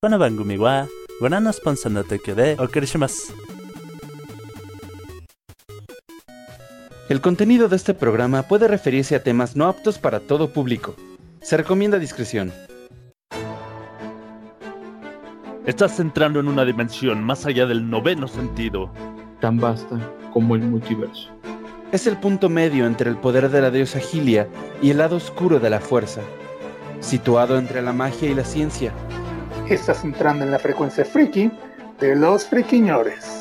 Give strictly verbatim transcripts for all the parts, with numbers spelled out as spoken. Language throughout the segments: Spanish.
この番組はご覧のスポンサーの提供でお送りします。 El contenido de este programa puede referirse a temas no aptos para todo público. Se recomienda discreción. Estás entrando en una dimensión más allá del noveno sentido, tan vasta como el multiverso. Es el punto medio entre el poder de la diosa Hylia y el lado oscuro de la fuerza, situado entre la magia y la ciencia. Estás entrando en la frecuencia friki de los friquiñores.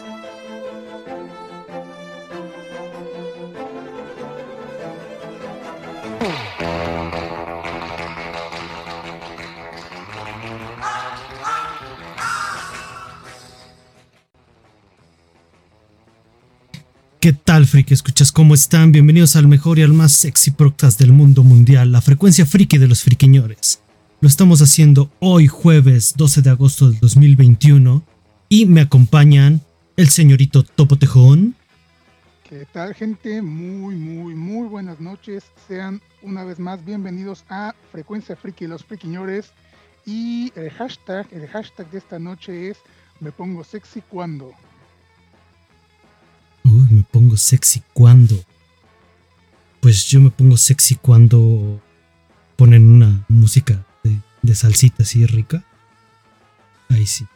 ¿Qué tal, friki? ¿Escuchas cómo están? Bienvenidos al mejor y al más sexy podcast del mundo mundial, la frecuencia friki de los friquiñores. Lo estamos haciendo hoy jueves doce de agosto del dos mil veintiuno y me acompañan el señorito Topo Tejón. ¿Qué tal, gente? Muy, muy, muy buenas noches. Sean una vez más bienvenidos a Frecuencia Friki de los Friquiñores. Y el hashtag, el hashtag de esta noche es Me pongo sexy cuando. Uy, me pongo sexy cuando. Pues yo me pongo sexy cuando ponen una música de, de salsita así rica. Ahí sí.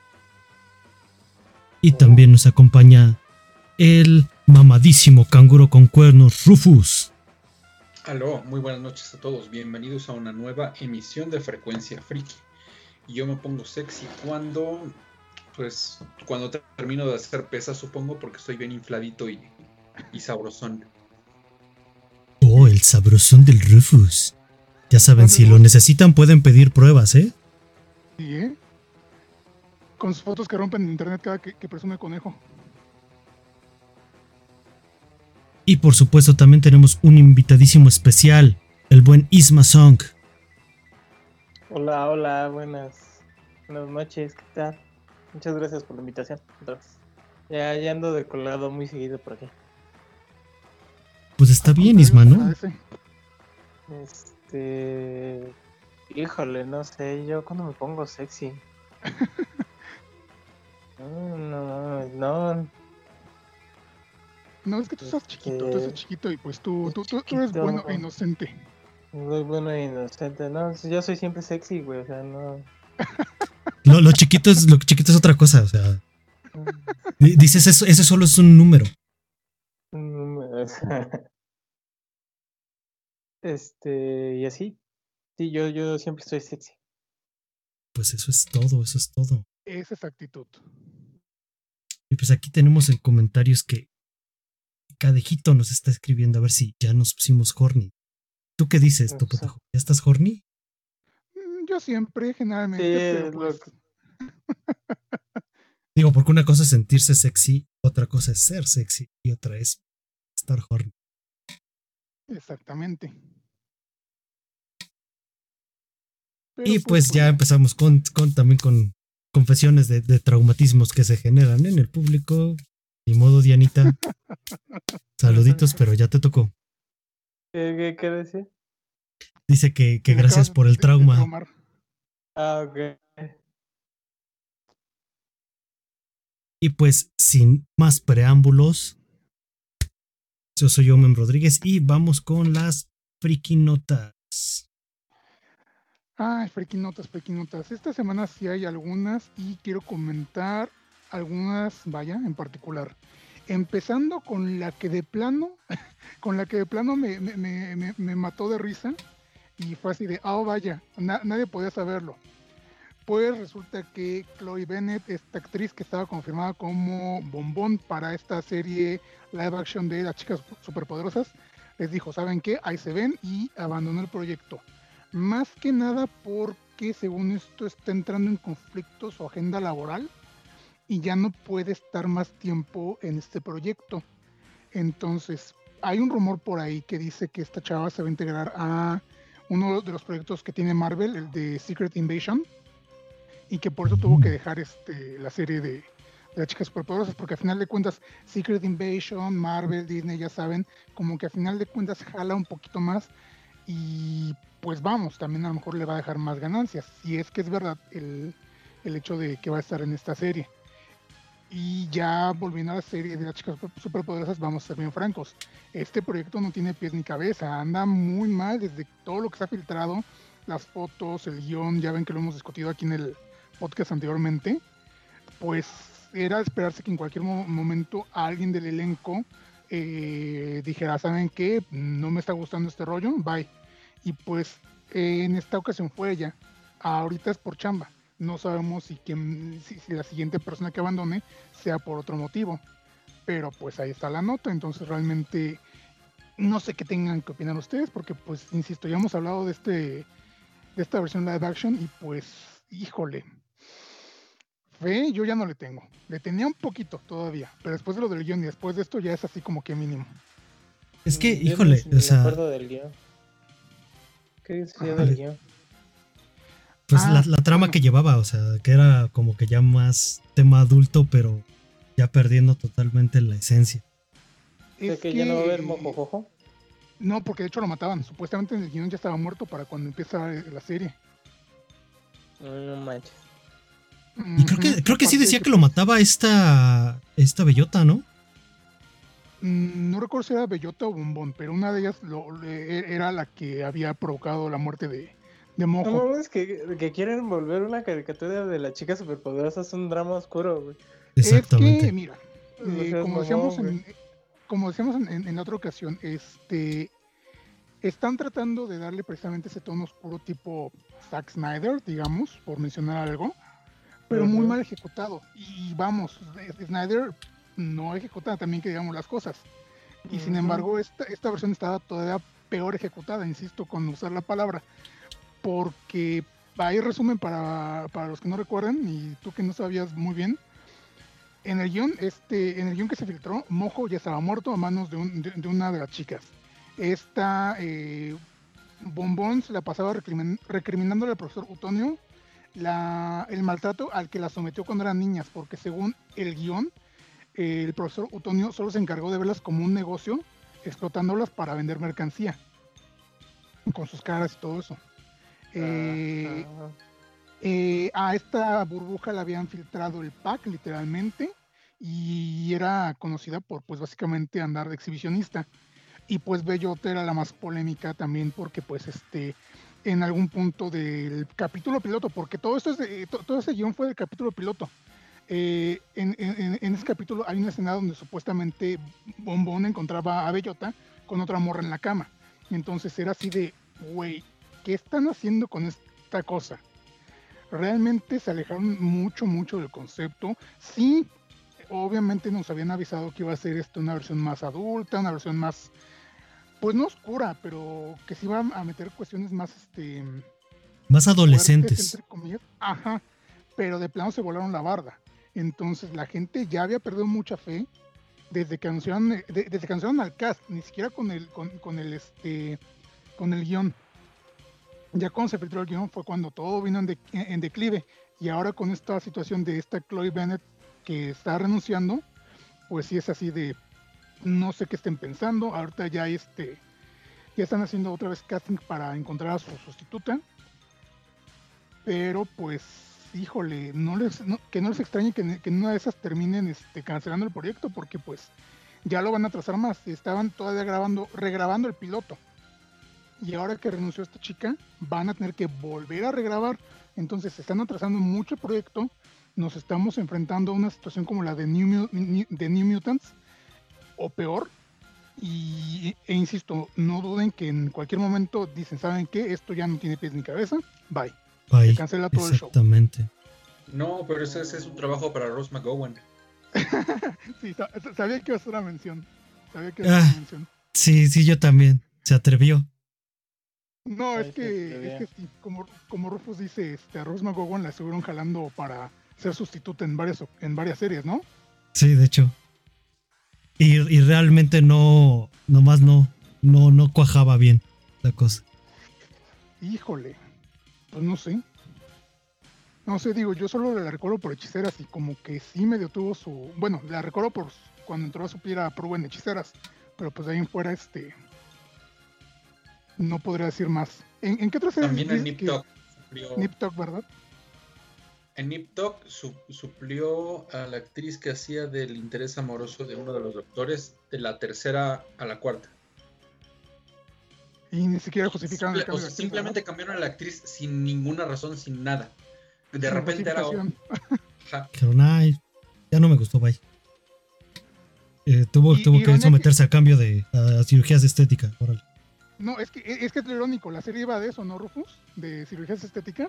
Y también nos acompaña el mamadísimo canguro con cuernos, Rufus. Aló, muy buenas noches a todos. Bienvenidos a una nueva emisión de Frecuencia Friki. Y yo me pongo sexy cuando... Pues cuando termino de hacer pesas, supongo, porque estoy bien infladito y, y sabrosón. Oh, el sabrosón del Rufus. Ya saben, si lo necesitan pueden pedir pruebas, ¿eh? Sí, ¿eh? Con sus fotos que rompen en internet cada que, que presume conejo. Y por supuesto también tenemos un invitadísimo especial, el buen Isma Song. Hola, hola, buenas, buenas noches, ¿qué tal? Muchas gracias por la invitación. Entonces, ya, ya ando de colado muy seguido por aquí. Pues está bien, Isma, ¿no? Este... Híjole, no sé, yo cuando me pongo sexy. No, no, no. No, es que tú estás chiquito, tú estás chiquito y pues tú, tú, tú, tú eres bueno e inocente. Soy bueno e inocente, no, yo soy siempre sexy, güey, o sea, no... Lo, lo chiquito es lo chiquito es otra cosa, o sea. Dices eso, ese solo es un número. Este, y así. Sí, yo, yo siempre estoy sexy. Pues eso es todo, eso es todo. Esa es actitud. Y pues aquí tenemos en comentarios que Cadejito nos está escribiendo a ver si ya nos pusimos horny. ¿Tú qué dices, Topo Tejo? ¿Ya estás horny? Yo siempre, generalmente, sí, pero pues... Digo, porque una cosa es sentirse sexy, otra cosa es ser sexy y otra es estar horny. Exactamente. Pero y pues, pues ya empezamos con, con también con confesiones de, de traumatismos que se generan en el público. Ni modo, Dianita. Saluditos, pero ya te tocó. ¿Qué, qué, qué decía? Dice que, que gracias por el trauma. Ah, ok. Y pues, sin más preámbulos, yo soy Omen Rodríguez y vamos con las friki notas. Ay, friki notas, friki notas. Esta semana sí hay algunas y quiero comentar algunas, vaya, en particular. Empezando con la que de plano, con la que de plano me, me, me, me mató de risa. Y fue así de, ah, oh, vaya, na- nadie podía saberlo. Pues resulta que Chloe Bennett, esta actriz que estaba confirmada como bombón para esta serie live action de Las Chicas Superpoderosas, les dijo, ¿saben qué? Ahí se ven, y abandonó el proyecto. Más que nada porque, según esto, está entrando en conflicto su agenda laboral y ya no puede estar más tiempo en este proyecto. Entonces, hay un rumor por ahí que dice que esta chava se va a integrar a uno de los proyectos que tiene Marvel, el de Secret Invasion, y que por eso tuvo que dejar este, la serie de, de Las Chicas Superpoderosas, porque al final de cuentas Secret Invasion, Marvel, Disney, ya saben, como que al final de cuentas jala un poquito más y pues vamos, también a lo mejor le va a dejar más ganancias, si es que es verdad el, el hecho de que va a estar en esta serie. Y ya volviendo a la serie de las chicas superpoderosas, vamos a ser bien francos, este proyecto no tiene pies ni cabeza, anda muy mal desde todo lo que se ha filtrado, las fotos, el guión, ya ven que lo hemos discutido aquí en el podcast anteriormente, pues era esperarse que en cualquier mo- momento alguien del elenco eh, dijera, ¿saben qué? No me está gustando este rollo, bye. Y pues eh, en esta ocasión fue ella, ahorita es por chamba. No sabemos si, quien, si, si la siguiente persona que abandone sea por otro motivo. Pero pues ahí está la nota. Entonces realmente no sé qué tengan que opinar ustedes. Porque pues, insisto, ya hemos hablado de este de esta versión live action. Y pues, híjole. Fe, yo ya no le tengo. Le tenía un poquito todavía. Pero después de lo del guión y después de esto ya es así como que mínimo. Es que, Yo híjole, ni o sea, me acuerdo del guión. ¿Qué decía Ajá. del guión? pues Ah, la, la trama bueno. que llevaba, o sea, que era como que ya más tema adulto, pero ya perdiendo totalmente la esencia. O sea, Es que ya no va a haber mojojojo. No, porque de hecho lo mataban. Supuestamente en el guión ya estaba muerto para cuando empieza la serie. No manches. Y creo que, creo que sí decía que lo mataba esta, esta bellota, ¿no? Mm, No recuerdo si era Bellota o Bombón, pero una de ellas lo, le- era la que había provocado la muerte de, de No Mojo. mames, que, que quieren volver una caricatura de la chica superpoderosa, es un drama oscuro, güey. Exactamente. Es que, mira, No eh, seas como mamón, decíamos, güey. en, como decíamos en, en- en la otra ocasión, este, están tratando de darle precisamente ese tono oscuro tipo Zack Snyder, digamos, por mencionar algo, pero muy Ujú. mal ejecutado. Y vamos, Snyder no ejecuta también que digamos las cosas. Y sin Ujú. embargo, esta, esta versión estaba todavía peor ejecutada, insisto, con usar la palabra. Porque ahí resumen para, para los que no recuerdan y tú que no sabías muy bien. En el guión, este, en el guión que se filtró, Mojo ya estaba muerto a manos de, un- de- de una de las chicas. Esta eh, Bombón se la pasaba recrimin- recriminándole al profesor Utonio la, el maltrato al que la sometió cuando eran niñas, porque según el guión, eh, el profesor Utonio solo se encargó de verlas como un negocio, explotándolas para vender mercancía, con sus caras y todo eso. Eh, Ajá. eh, a esta burbuja le habían filtrado el pack, literalmente, y era conocida por, pues, básicamente andar de exhibicionista. Y pues Bellota era la más polémica también porque, pues, este, en algún punto del capítulo piloto, porque todo esto es de- to- todo ese guión fue del capítulo piloto. Eh, en, en- en ese capítulo hay una escena donde supuestamente Bombón encontraba a Bellota con otra morra en la cama. Entonces era así de, güey, ¿qué están haciendo con esta cosa? Realmente se alejaron mucho, mucho del concepto. Sí, obviamente nos habían avisado que iba a ser esto una versión más adulta, una versión más, pues no oscura, pero que se iba a meter cuestiones más, este, Más fuertes, adolescentes. entre comillas. Ajá, pero de plano se volaron la barda. Entonces la gente ya había perdido mucha fe desde que anunciaron, de- desde que anunciaron al cast, ni siquiera con el, con, con el, este, con el guión. Ya cuando se filtró el guión fue cuando todo vino en, de- en declive. Y ahora con esta situación de esta Chloe Bennett que está renunciando, pues sí es así de no sé qué estén pensando. Ahorita ya este ya están haciendo otra vez casting para encontrar a su sustituta. Pero pues, híjole, no les, no- que no les extrañe que, que en una de esas terminen este, cancelando el proyecto, porque pues ya lo van a trazar más. Estaban todavía grabando, regrabando el piloto. Y ahora que renunció esta chica, van a tener que volver a regrabar. Entonces se están atrasando mucho el proyecto. Nos estamos enfrentando a una situación como la de New, Mu- New- de New Mutants, o peor. Y, e insisto, no duden que en cualquier momento dicen, ¿saben qué? Esto ya no tiene pies ni cabeza. Bye. Se Ahí, cancela todo el show. exactamente. No, pero ese, ese es un trabajo para Ross McGowan. Sí, sa- sabía que iba a ser una mención. Sabía que iba a ser Ah. una mención. Sí, sí, yo también. Se atrevió. No, Ahí es se que, atrevió. es que sí, como, como Rufus dice, este, a Rose McGowan la estuvieron jalando para ser sustituta en varias, en varias series, ¿no? Sí, de hecho. Y, y realmente no, nomás no, no, no cuajaba bien la cosa. Híjole, pues no sé. No sé, digo, yo solo la recuerdo por hechiceras y como que sí medio tuvo su... Bueno, la recuerdo por cuando entró a suplir a Prue en hechiceras, pero pues de ahí en fuera, este... No podría decir más. ¿En, en qué otra serie También en dices Nip que- Tuck sufrió- Nip Tuck, ¿verdad? en Nip Tuck su, suplió a la actriz que hacía del interés amoroso de uno de los doctores de la tercera a la cuarta. Y ni siquiera justificaron Simple, el cambio o sea, de actriz, simplemente ¿verdad? cambiaron a la actriz sin ninguna razón, sin nada. De Sin repente era... justificación. Ajá. Pero nah, ya no me gustó, bye. Eh, tuvo Y- tuvo que ironía que- someterse a cambio de a cirugías estéticas. Órale. No, es que es que es lo irónico, la serie iba de eso, ¿no, Rufus? De cirugías estéticas.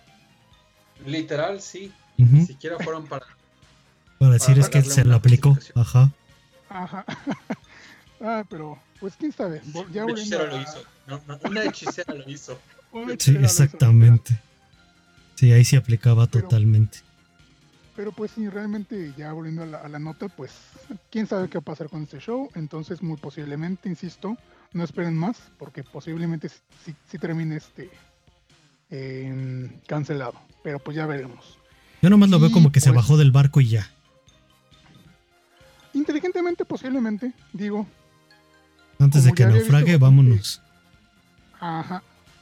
Literal, sí. Ujú. Ni siquiera fueron para... Para decir para es que darle se una lo aplicó. justificación. Ajá. Ajá. Ah, pero, pues quién sabe. Sí, Vol- una ya volviendo hechicera a- lo hizo. No, no, una hechicera lo hizo. una Sí, hechicera lo hizo, exactamente. Sí, ahí se aplicaba Pero- totalmente. Pero pues sí, realmente ya volviendo a la, a la nota, pues quién sabe qué va a pasar con este show. Entonces muy posiblemente, insisto, no esperen más, porque posiblemente sí, sí termine este em, cancelado. Pero pues ya veremos. Yo nomás lo veo Y, como que se pues- bajó del barco y ya. Inteligentemente, posiblemente, digo. Antes de Como que ya había visto naufrague, bastante- vámonos. Ajá.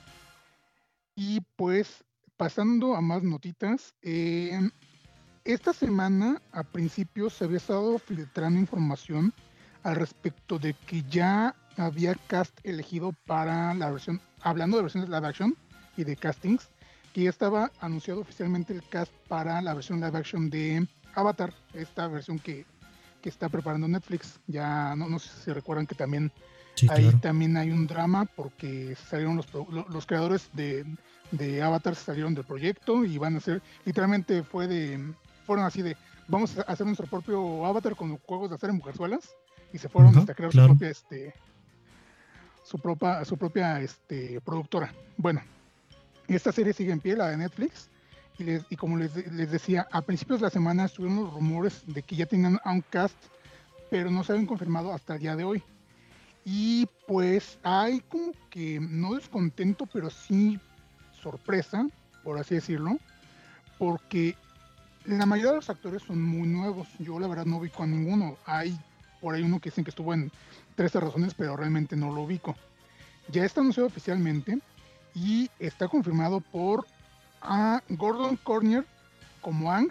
Y pues, pasando a más notitas, eh, esta semana a principios se había estado filtrando información al respecto de que ya había cast elegido para la versión, hablando de versiones live action y de castings, que ya estaba anunciado oficialmente el cast para la versión live action de Avatar, esta versión que, que está preparando Netflix. Ya no, no sé si recuerdan que también Sí, ahí claro. también hay un drama porque salieron los, pro- lo- los creadores de, de Avatar salieron del proyecto y van a hacer, literalmente fue de, fueron así de, vamos a hacer nuestro propio Avatar con juegos de hacer en mujerzuelas y se fueron Ajá, hasta crear claro. su propia, este, su propia, su propia, este, productora. Bueno, esta serie sigue en pie, la de Netflix. Y, les, y como les, les decía, a principios de la semana estuvieron los rumores de que ya tenían a un cast, pero no se habían confirmado hasta el día de hoy. Y pues hay como que no descontento, pero sí sorpresa, por así decirlo, porque la mayoría de los actores son muy nuevos. Yo la verdad no ubico a ninguno. Hay por ahí uno que dicen que estuvo en trece razones, pero realmente no lo ubico. Ya está anunciado oficialmente y está confirmado por a Gordon Cornier como Aang,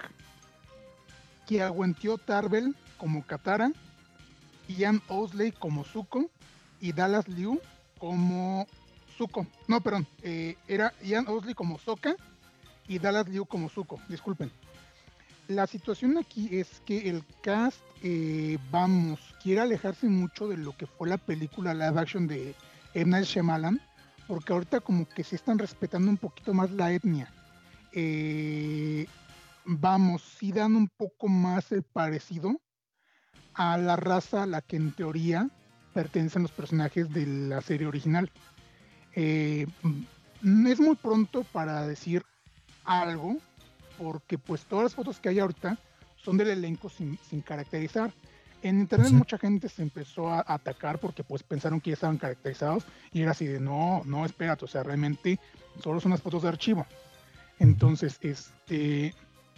Kiawentio Tarbell como Katara, Ian Owsley como Zuko y Dallas Liu como Zuko. No, perdón, eh, era Ian Owsley como Sokka y Dallas Liu como Zuko, disculpen. La situación aquí es que el cast, eh, vamos, quiere alejarse mucho de lo que fue la película live action de M. Night Shyamalan, porque ahorita como que se están respetando un poquito más la etnia. Eh, vamos, sí dan un poco más el parecido a la raza a la que en teoría pertenecen los personajes de la serie original. Eh, mm, es muy pronto para decir algo, porque pues todas las fotos que hay ahorita son del elenco sin, sin caracterizar. En internet Sí. mucha gente se empezó a atacar porque pues pensaron que ya estaban caracterizados y era así de no, no, espérate, o sea, realmente solo son las fotos de archivo. Entonces, este,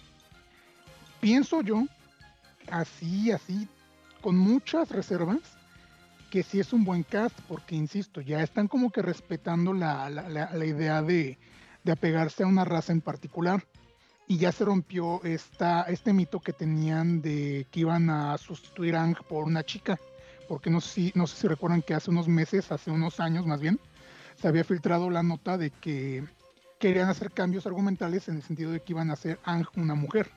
pienso yo, así, así, con muchas reservas, que sí es un buen cast, porque insisto, ya están como que respetando la, la, la, la idea de, de apegarse a una raza en particular. Y ya se rompió esta, este mito que tenían de que iban a sustituir a Aang por una chica. Porque no sé, si, no sé si recuerdan que hace unos meses, hace unos años más bien, se había filtrado la nota de que querían hacer cambios argumentales en el sentido de que iban a hacer Aang una mujer.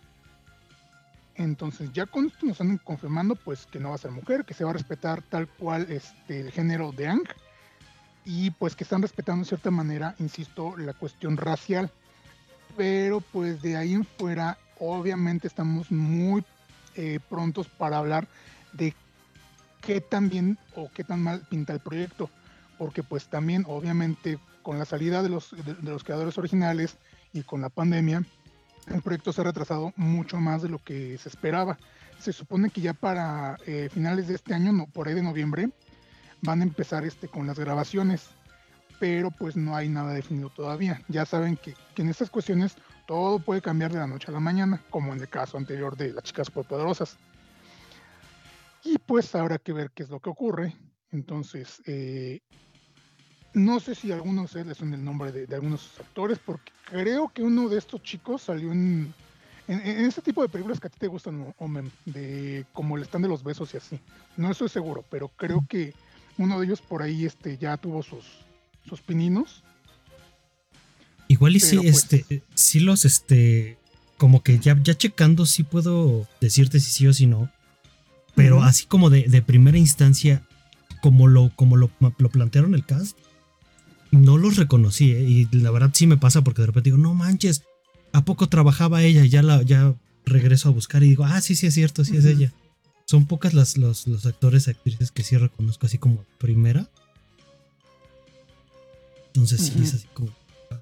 Entonces ya con esto nos están confirmando pues que no va a ser mujer, que se va a respetar tal cual este, el género de Aang. Y pues que están respetando de cierta manera, insisto, la cuestión racial. Pero pues de ahí en fuera, obviamente estamos muy eh, prontos para hablar de qué tan bien o qué tan mal pinta el proyecto, porque pues también obviamente con la salida de los, de, de los creadores originales y con la pandemia, el proyecto se ha retrasado mucho más de lo que se esperaba. Se supone que ya para eh, finales de este año, no, por ahí de noviembre, van a empezar este, con las grabaciones, pero pues no hay nada definido todavía. Ya saben que, que en estas cuestiones todo puede cambiar de la noche a la mañana, como en el caso anterior de las chicas superpoderosas. Y pues habrá que ver qué es lo que ocurre. Entonces, eh, No sé si a algunos de ustedes les suena el nombre de, de algunos actores, porque creo que uno de estos chicos salió en, en, en ese tipo de películas que a ti te gustan, Omen, de como el stand de los besos y así. No estoy seguro, pero creo que uno de ellos por ahí este, ya tuvo sus, sus pininos. Igual y sí, Pero, pues, este, sí los, este, como que ya, ya checando sí puedo decirte si sí o si no, pero Ujú. así como de, de primera instancia, como lo, como lo, lo plantearon el cast, no los reconocí, ¿eh? Y la verdad sí me pasa porque de repente digo, no manches, ¿a poco trabajaba ella? Y ya la, ya regreso a buscar y digo, ah, sí, sí es cierto, sí es Ujú. ella. Son pocas las, los, los actores y actrices que sí reconozco así como primera. Entonces sí Ujú. es así como.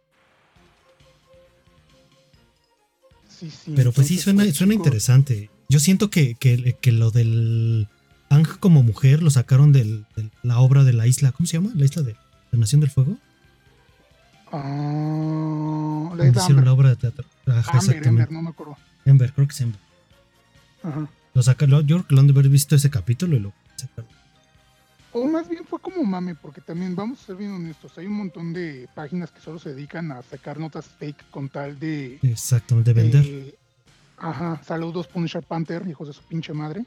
Sí, sí. Pero pues sí, entonces, suena, pues, suena chicos, interesante. Yo siento que, que, que lo del Ang como mujer lo sacaron del- de la obra de la isla. ¿Cómo se llama? La isla de la Nación del Fuego. ah, la Donde isla hicieron Amber. la obra de teatro. Ajá, Amber, Amber, exactamente. no me acuerdo. Ember, creo que es Ember. Ajá. Lo sacaron, yo creo que lo han de haber visto ese capítulo y lo sacaron. O más bien fue como mame, porque también vamos a ser bien honestos, hay un montón de páginas que solo se dedican a sacar notas fake con tal de... Exactamente, de vender. eh, ajá, saludos Punisher Panther, hijos de su pinche madre.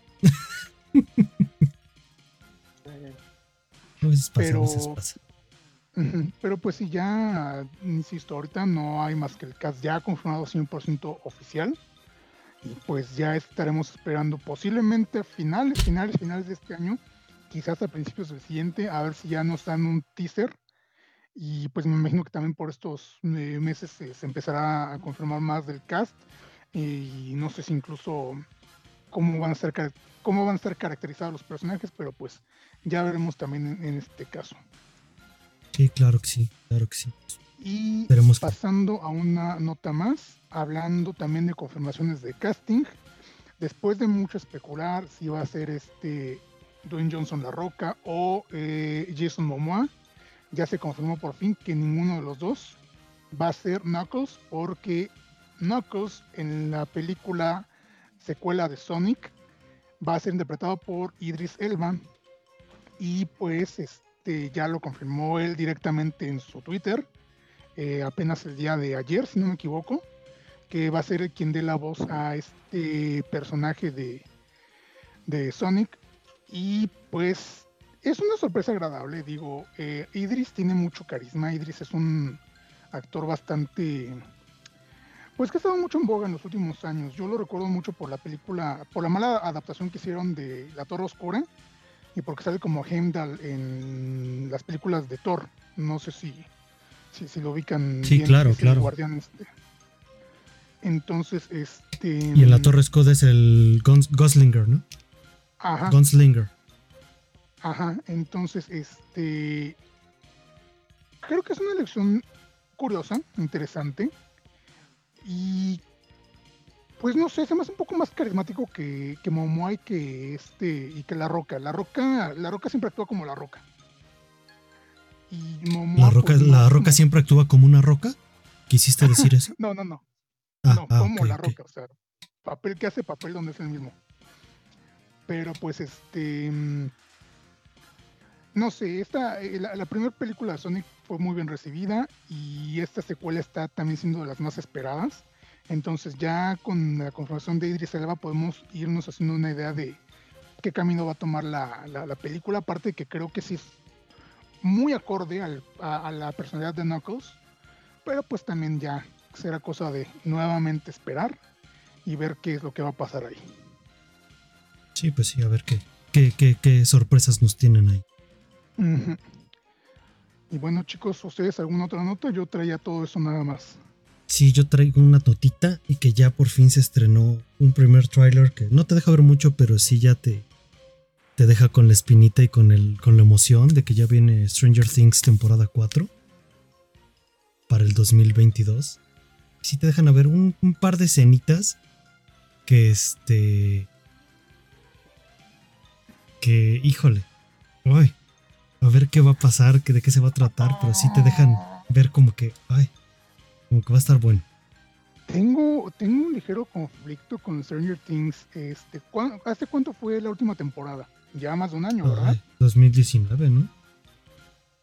A veces pasa, a Pero, veces pasa. ujú, pero pues sí, ya, insisto, ahorita no hay más que el cast ya confirmado cien por ciento oficial. Y pues ya estaremos esperando posiblemente a finales, finales, finales de este año, quizás a principios del siguiente, a ver si ya nos dan un teaser. Y pues me imagino que también por estos eh, meses eh, se empezará a confirmar más del cast. Y no sé si incluso cómo van a ser, car- cómo van a estar caracterizados los personajes, pero pues ya veremos también en, en este caso. Sí, claro que sí, claro que sí. Y Esperemos que. pasando a una nota más, hablando también de confirmaciones de casting, después de mucho especular si va a ser este Dwayne Johnson La Roca o eh, Jason Momoa, ya se confirmó por fin que ninguno de los dos va a ser Knuckles, porque Knuckles en la película secuela de Sonic va a ser interpretado por Idris Elba, y pues este ya lo confirmó él directamente en su Twitter, eh, apenas el día de ayer, si no me equivoco, que va a ser quien dé la voz a este personaje de, de Sonic. Y pues es una sorpresa agradable, digo, eh, Idris tiene mucho carisma, Idris es un actor bastante, pues que ha estado mucho en boga en los últimos años. Yo lo recuerdo mucho por la película, por la mala adaptación que hicieron de La Torre Oscura, y porque sale como Heimdall en las películas de Thor. No sé si, si, si lo ubican Sí, bien, claro, es el claro. guardián este. Entonces, este... Y en la Torre Scud es el Guns, Gunslinger, ¿no? Ajá, Gunslinger. ajá. Entonces, este... creo que es una elección curiosa, interesante. Y... pues no sé, se me hace un poco más carismático que, que Momoa y que este... y que La Roca. La Roca, La Roca siempre actúa como La Roca. Y Momoa, La roca, pues, no la es roca como- siempre actúa como una roca. ¿Quisiste decir eso? No, no, no. Ah, No, ah, como ok, La ok. Roca, o sea, papel que hace papel donde es el mismo. Pero pues este... mm, no sé, esta, eh, la, la primera película de Sonic fue muy bien recibida y esta secuela está también siendo de las más esperadas. Entonces ya con la confirmación de Idris Elba podemos irnos haciendo una idea de qué camino va a tomar la, la, la película. Aparte que creo que sí es muy acorde al, a, a la personalidad de Knuckles, pero pues también ya será cosa de nuevamente esperar y ver qué es lo que va a pasar ahí. Sí, pues sí, a ver qué, qué, qué, qué sorpresas nos tienen ahí. Ujú. Y bueno, chicos, ¿ustedes alguna otra nota? Yo traía todo eso nada más. Sí, yo traigo una notita y que ya por fin se estrenó un primer tráiler que no te deja ver mucho, pero sí ya te, te deja con la espinita y con, el, con la emoción de que ya viene Stranger Things temporada cuatro para el dos mil veintidós. Sí te dejan a ver un, un par de escenitas que este... que, híjole, ay, a ver qué va a pasar, que de qué se va a tratar, pero sí te dejan ver como que, ay, como que va a estar bueno. Tengo, tengo un ligero conflicto con Stranger Things. Este, ¿cuán- ¿Hace cuánto fue la última temporada? Ya más de un año, ¿verdad? Ay, dos mil diecinueve, ¿no?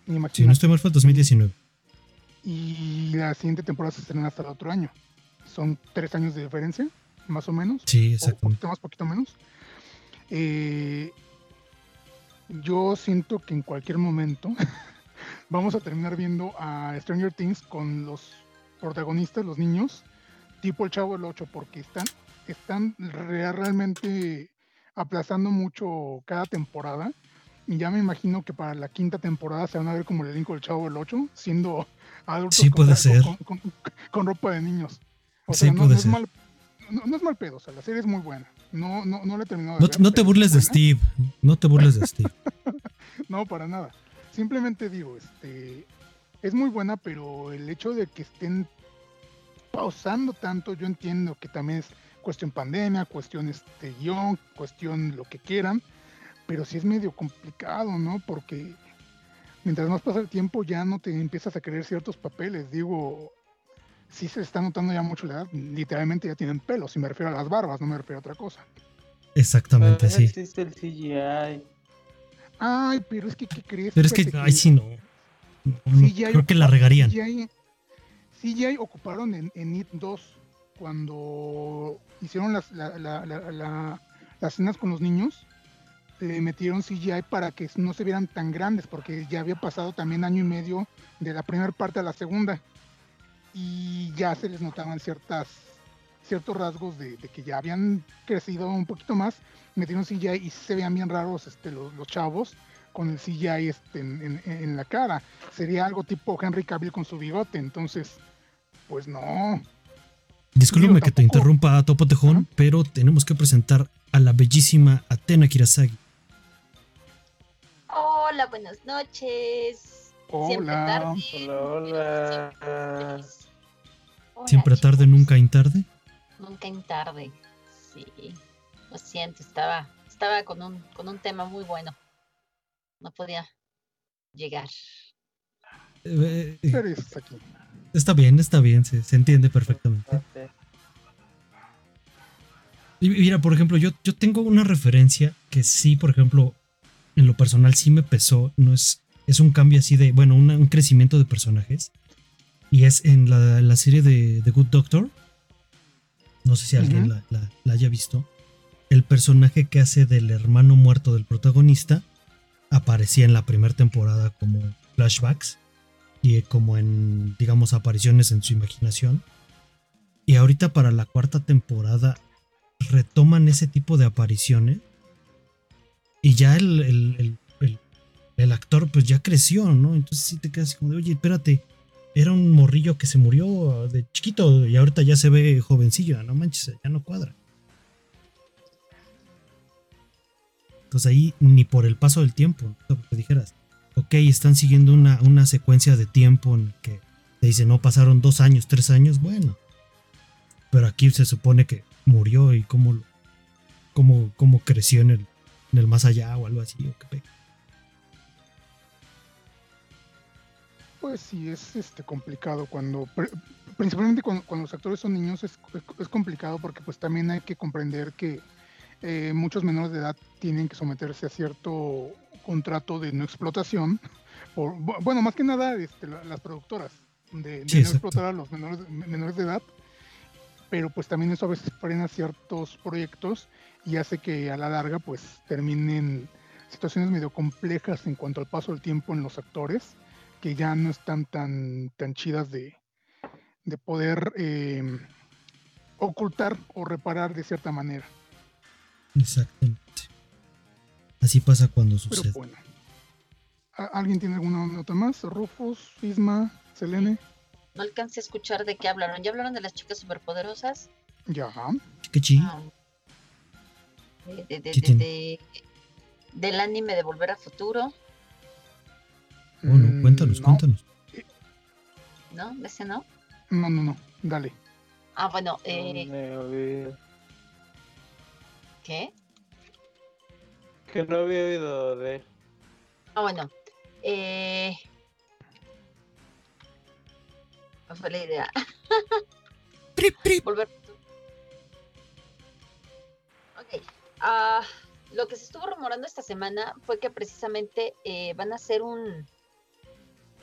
Imagínate. Si no estoy mal, fue dos mil diecinueve. Y la siguiente temporada se estrena hasta el otro año. Son tres años de diferencia, más o menos. Sí, O exactamente. poquito más, poquito menos. Eh, yo siento que en cualquier momento vamos a terminar viendo a Stranger Things con los protagonistas, los niños, tipo el Chavo del Ocho, porque están, están re- realmente aplazando mucho cada temporada. Y ya me imagino que para la quinta temporada se van a ver como el elenco del Chavo del Ocho, siendo adultos Sí, con, puede tra- ser. con, con- con- con ropa de niños. O Sí, sea, no, puede no es ser. mal, no, no es mal pedo, o sea, la serie es muy buena. No, no, no la he terminado de No, ver, te- no te pero es burles de buena. Steve. No te burles de Steve. No, para nada. Simplemente digo, este, es muy buena, pero el hecho de que estén pausando tanto, yo entiendo que también es cuestión pandemia, cuestión este guión, cuestión lo que quieran, pero sí es medio complicado, ¿no? Porque mientras más pasa el tiempo ya no te empiezas a creer ciertos papeles. Digo, sí se está notando ya mucho la edad, literalmente ya tienen pelos, y me refiero a las barbas, no me refiero a otra cosa. Exactamente, Todavía sí. existe el C G I. Ay, pero es que, ¿qué crees? Pero es que, Fíjate ay, sí, no. No, no, C G I creo que la ocupa- regarían. C G I C G I ocuparon en, en It dos cuando hicieron las, la- la- la- la- las escenas con los niños, le metieron C G I para que no se vieran tan grandes, porque ya había pasado también año y medio de la primera parte a la segunda, y ya se les notaban ciertas ciertos rasgos de, de que ya habían crecido un poquito más. Metieron C G I y se veían bien raros este, los, los chavos con el C G I este, en, en- en la cara. Sería algo tipo Henry Cavill con su bigote, entonces pues no. Discúlpame Digo, que te tampoco- interrumpa, Topo Tejón, Ajá. pero tenemos que presentar a la bellísima Athena Kirasagi. Hola, buenas noches. Siempre Hola. tarde. Hola, hola. Hola, Siempre tarde, chicos. nunca en tarde. Nunca en tarde. Sí. Lo siento, estaba, estaba con un, con un tema muy bueno. No podía llegar. Eh, eh, Pero es aquí. está bien, está bien, se, se entiende perfectamente. Ok. Y mira, por ejemplo, yo, yo tengo una referencia que sí, por ejemplo, en lo personal sí me pesó. No es, es un cambio así de, bueno, una- un crecimiento de personajes. Y es en la, la serie de The Good Doctor. No sé si alguien Ujú. la, la- la haya visto. El personaje que hace del hermano muerto del protagonista aparecía en la primera temporada como flashbacks y como en, digamos, apariciones en su imaginación. Y ahorita para la cuarta temporada retoman ese tipo de apariciones y ya el, el, el, el- el actor pues ya creció, ¿no? Entonces sí te quedas así como de, oye, espérate, era un morrillo que se murió de chiquito y ahorita ya se ve jovencillo, no manches, ya no cuadra. Entonces ahí ni por el paso del tiempo, ¿no? Que dijeras, ok, están siguiendo una, una secuencia de tiempo en que te dicen, no, pasaron dos años, tres años, bueno. Pero aquí se supone que murió y cómo, lo- cómo, cómo creció en el, en el más allá o algo así. O qué pe- Pues sí, es este complicado cuando, pr- principalmente cuando, cuando los actores son niños, es, es complicado porque pues también hay que comprender que eh, muchos menores de edad tienen que someterse a cierto contrato de no explotación, por, bu- bueno, más que nada este, la- las productoras, de, de Sí, no exacto. explotar a los menores, menores de edad, pero pues también eso a veces frena ciertos proyectos y hace que a la larga pues terminen situaciones medio complejas en cuanto al paso del tiempo en los actores, que ya no están tan, tan chidas de, de poder eh, ocultar o reparar de cierta manera. Exactamente. Así pasa cuando Pero sucede. bueno. ¿A- ¿Alguien tiene alguna nota más? Rufus, Isma, Selene. No alcancé a escuchar de qué hablaron. ¿Ya hablaron de las chicas superpoderosas? Ya. Qué chi. Ah, de, de- de- Sí de- tiene. de- del anime de Volver a Futuro, Bueno, Mm, cuéntanos, no, cuéntanos. ¿no? ¿Ese no? No, no, no. Dale. Ah, bueno, No eh, me oí- ¿qué? Que no había oído de él. Ah, bueno, eh... ¿cuál fue la idea? Prip, prip. Volver. Ok. Ah, lo que se estuvo rumorando esta semana fue que precisamente eh, van a hacer un,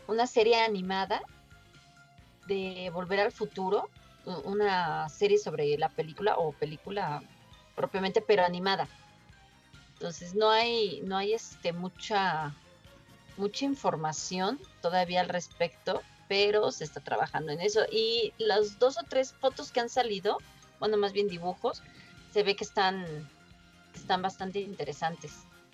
una serie animada de Volver al Futuro, una serie sobre la película o película propiamente, pero animada. Entonces no hay, no hay este mucha, mucha información todavía al respecto, pero se está trabajando en eso. Y las dos o tres fotos que han salido, bueno, más bien dibujos, se ve que están, están bastante interesantes.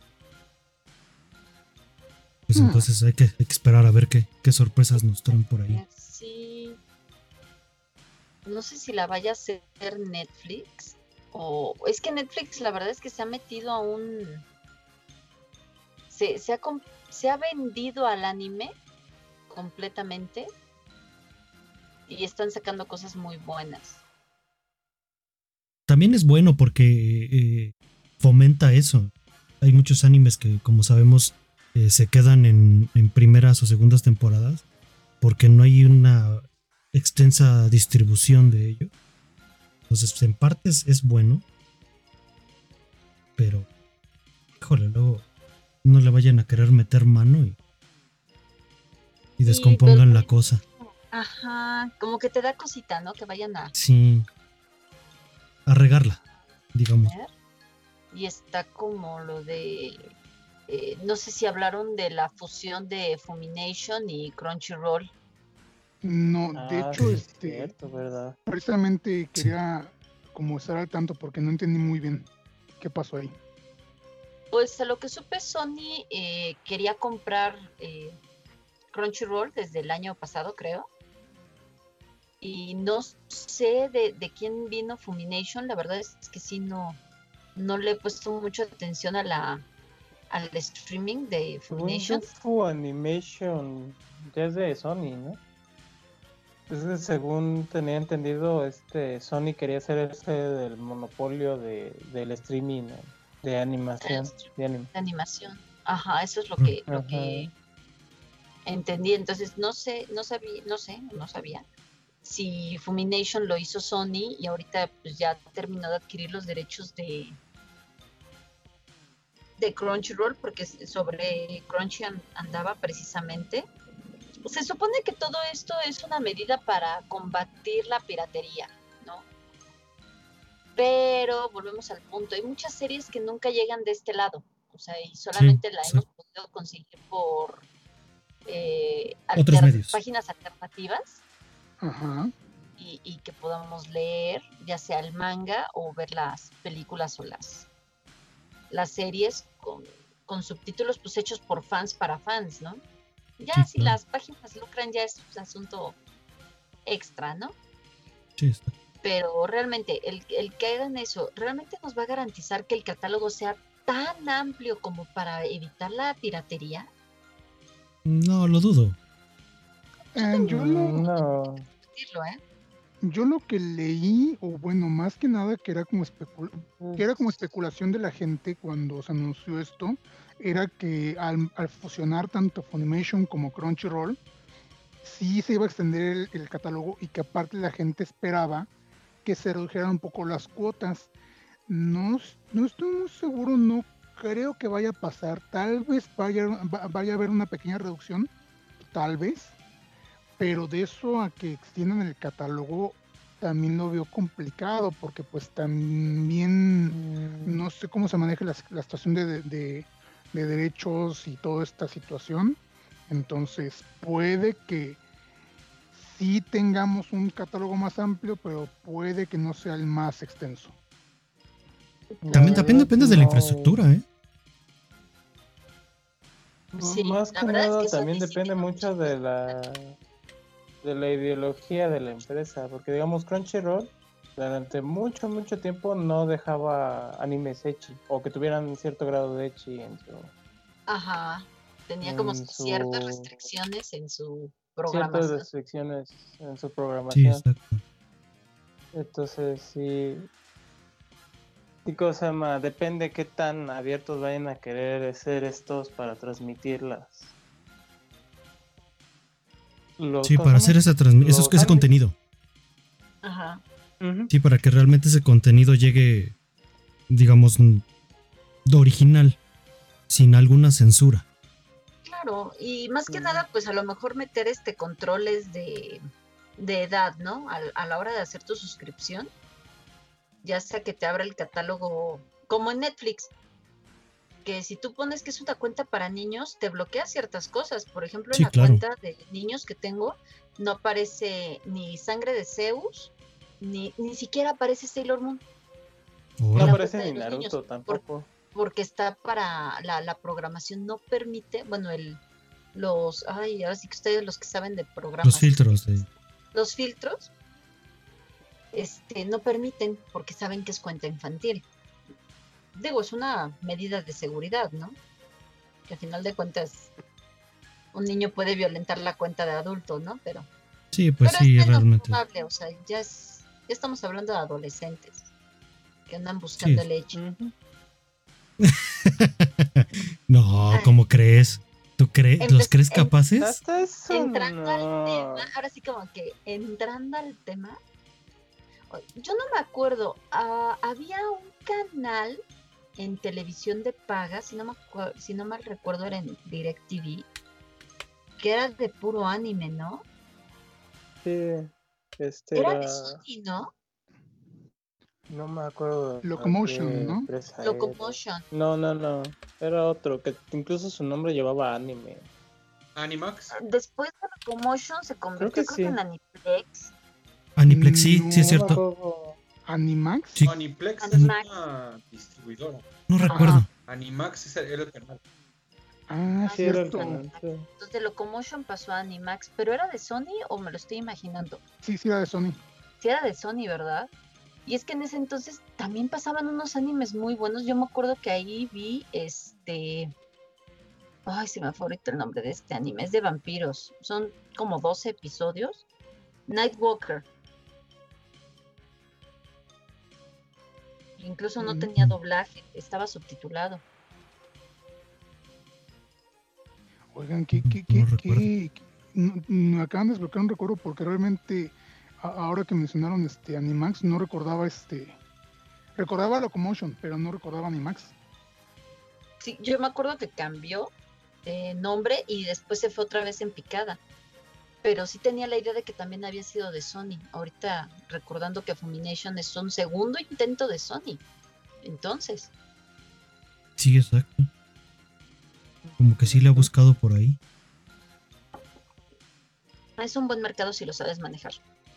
Pues entonces hay que, hay que esperar a ver qué, qué sorpresas nos traen por ahí. Sí. No sé si la vaya a hacer Netflix. O es que Netflix la verdad es que se ha metido a un... Se, se, ha, se ha vendido al anime completamente. Y están sacando cosas muy buenas. También es bueno porque eh, fomenta eso. Hay muchos animes que, como sabemos, eh, se quedan en, en primeras o segundas temporadas porque no hay una extensa distribución de ello. Entonces, en parte es, es bueno, pero, híjole, luego no le vayan a querer meter mano y, y descompongan sí, pero, la cosa. Ajá, como que te da cosita, ¿no? Que vayan a... Sí, a regarla, digamos. Y está como lo de... Eh, no sé si hablaron de la fusión de Funimation y Crunchyroll. No, de ah, hecho, sí, este, cierto, ¿verdad? precisamente quería como estar al tanto porque no entendí muy bien qué pasó ahí. Pues a lo que supe, Sony eh, quería comprar eh, Crunchyroll desde el año pasado, creo. Y no sé de, de quién vino Funimation, la verdad es que sí no, no le he puesto mucha atención a la al streaming de Funimation. Funimation ya es de Sony, ¿no? Es que según tenía entendido, este Sony quería hacer ese del monopolio de, del streaming de animación. De, anime. de animación. Ajá, eso es lo que, Ajá. lo que entendí. Entonces no sé, no sabía, no sé, no sabía si Funimation lo hizo Sony y ahorita pues ya terminó de adquirir los derechos de de Crunchyroll, porque sobre Crunchy andaba precisamente. Se supone que todo esto es una medida para combatir la piratería, ¿no? Pero volvemos al punto, hay muchas series que nunca llegan de este lado, o sea, y solamente sí, la sí. hemos podido conseguir por eh, otros alter- medios. páginas alternativas. Ajá. Y, y que podamos leer ya sea el manga o ver las películas o las las series con, con subtítulos pues hechos por fans para fans, ¿no? Ya sí, si claro. Las páginas lucran ya es un asunto extra, ¿no? Sí, está. Pero realmente el, el que hagan eso realmente nos va a garantizar que el catálogo sea tan amplio como para evitar la piratería. No, lo dudo. Eh, yo lo... No. Decirlo, ¿eh? Yo lo que leí, o bueno, más que nada que era como especul que era como especulación de la gente cuando se anunció esto, era que al, al fusionar tanto Funimation como Crunchyroll, sí se iba a extender el, el catálogo y que aparte la gente esperaba que se redujeran un poco las cuotas. No, no estoy muy seguro, no creo que vaya a pasar, tal vez vaya, vaya a haber una pequeña reducción, tal vez. Pero de eso a que extiendan el catálogo también lo veo complicado porque pues también mm. no sé cómo se maneja la, la situación de, de, de derechos y toda esta situación. Entonces puede que sí tengamos un catálogo más amplio, pero puede que no sea el más extenso. También, también depende no. de la infraestructura, ¿eh? Sí, más que nada es que también depende mucho de la... de la ideología de la empresa, porque digamos Crunchyroll durante mucho mucho tiempo no dejaba animes ecchi o que tuvieran cierto grado de ecchi en su ajá tenía como ciertas su... restricciones en su programación ciertas restricciones en su programación. Sí, exacto. Entonces sí y cosa más depende qué tan abiertos vayan a querer ser estos para transmitirlas. Los sí, para hacer esa transmisión, ese contenido. Ajá. Uh-huh. Sí, para que realmente ese contenido llegue, digamos, original, sin alguna censura. Claro, y más que Mm. nada, pues a lo mejor meter este controles de, de edad, ¿no? A, a la hora de hacer tu suscripción, ya sea que te abra el catálogo, como en Netflix, que si tú pones que es una cuenta para niños, te bloquea ciertas cosas. Por ejemplo, en Sí, la claro. cuenta de niños que tengo, no aparece ni Sangre de Zeus, ni, ni siquiera aparece Sailor Moon, No Órale. la aparece cuenta ni de los niños, Naruto tampoco. porque está para la, la programación, no permite, bueno, el los, ay, ahora sí que ustedes los que saben de programas, Los filtros de... los filtros, este, no permiten porque saben que es cuenta infantil. Digo, es una medida de seguridad, ¿no? Que al final de cuentas un niño puede violentar la cuenta de adulto, ¿no? Pero, Sí, pues pero sí, es menos realmente. probable, o sea, ya es, ya estamos hablando de adolescentes que andan buscando Sí. leche. Ujú. No, Ay. ¿cómo crees? ¿Tú crees? ¿Los Entonces, crees en- capaces? Hasta eso Entrando al no. tema, ahora sí como que entrando al tema, yo no me acuerdo, ah, había un canal en televisión de paga, si no, me acuer- si no mal recuerdo era en DirecTV, que era de puro anime, ¿no? Sí, este Era era. de Sony, ¿no? No me acuerdo. de Locomotion, qué ¿no? empresa era. Locomotion. No, no, no. Era otro, que incluso su nombre llevaba anime. Animax. Después de Locomotion se convirtió que creo sí. que en Aniplex. Aniplex, sí, sí es No. No me cierto. acuerdo. ¿Animax? Sí. Aniplex es Animax. una distribuidora. No Ajá. recuerdo. Animax es el- era el canal. Ah, Sí, era el cierto. canal. Sí. Entonces de Locomotion pasó a Animax, pero ¿era de Sony o me lo estoy imaginando? Sí, sí, era de Sony. Sí era de Sony, ¿verdad? Y es que en ese entonces también pasaban unos animes muy buenos. Yo me acuerdo que ahí vi este... Ay, se me fue ahorita el nombre de este anime. Es de vampiros. Son como doce episodios. Nightwalker. Incluso no tenía Mm. doblaje. Estaba subtitulado. Oigan, ¿qué, qué, No qué, recuerdo. qué- qué- no- me acaban de desbloquear un recuerdo porque realmente a- ahora que mencionaron este Animax no recordaba este recordaba Locomotion, pero no recordaba Animax. Sí, yo me acuerdo que cambió de nombre y después se fue otra vez en picada. Pero sí tenía la idea de que también había sido de Sony. Ahorita recordando que Fumination es un segundo intento de Sony. Entonces, Sí, exacto. Como que sí le ha buscado por ahí. es un buen mercado si lo sabes manejar.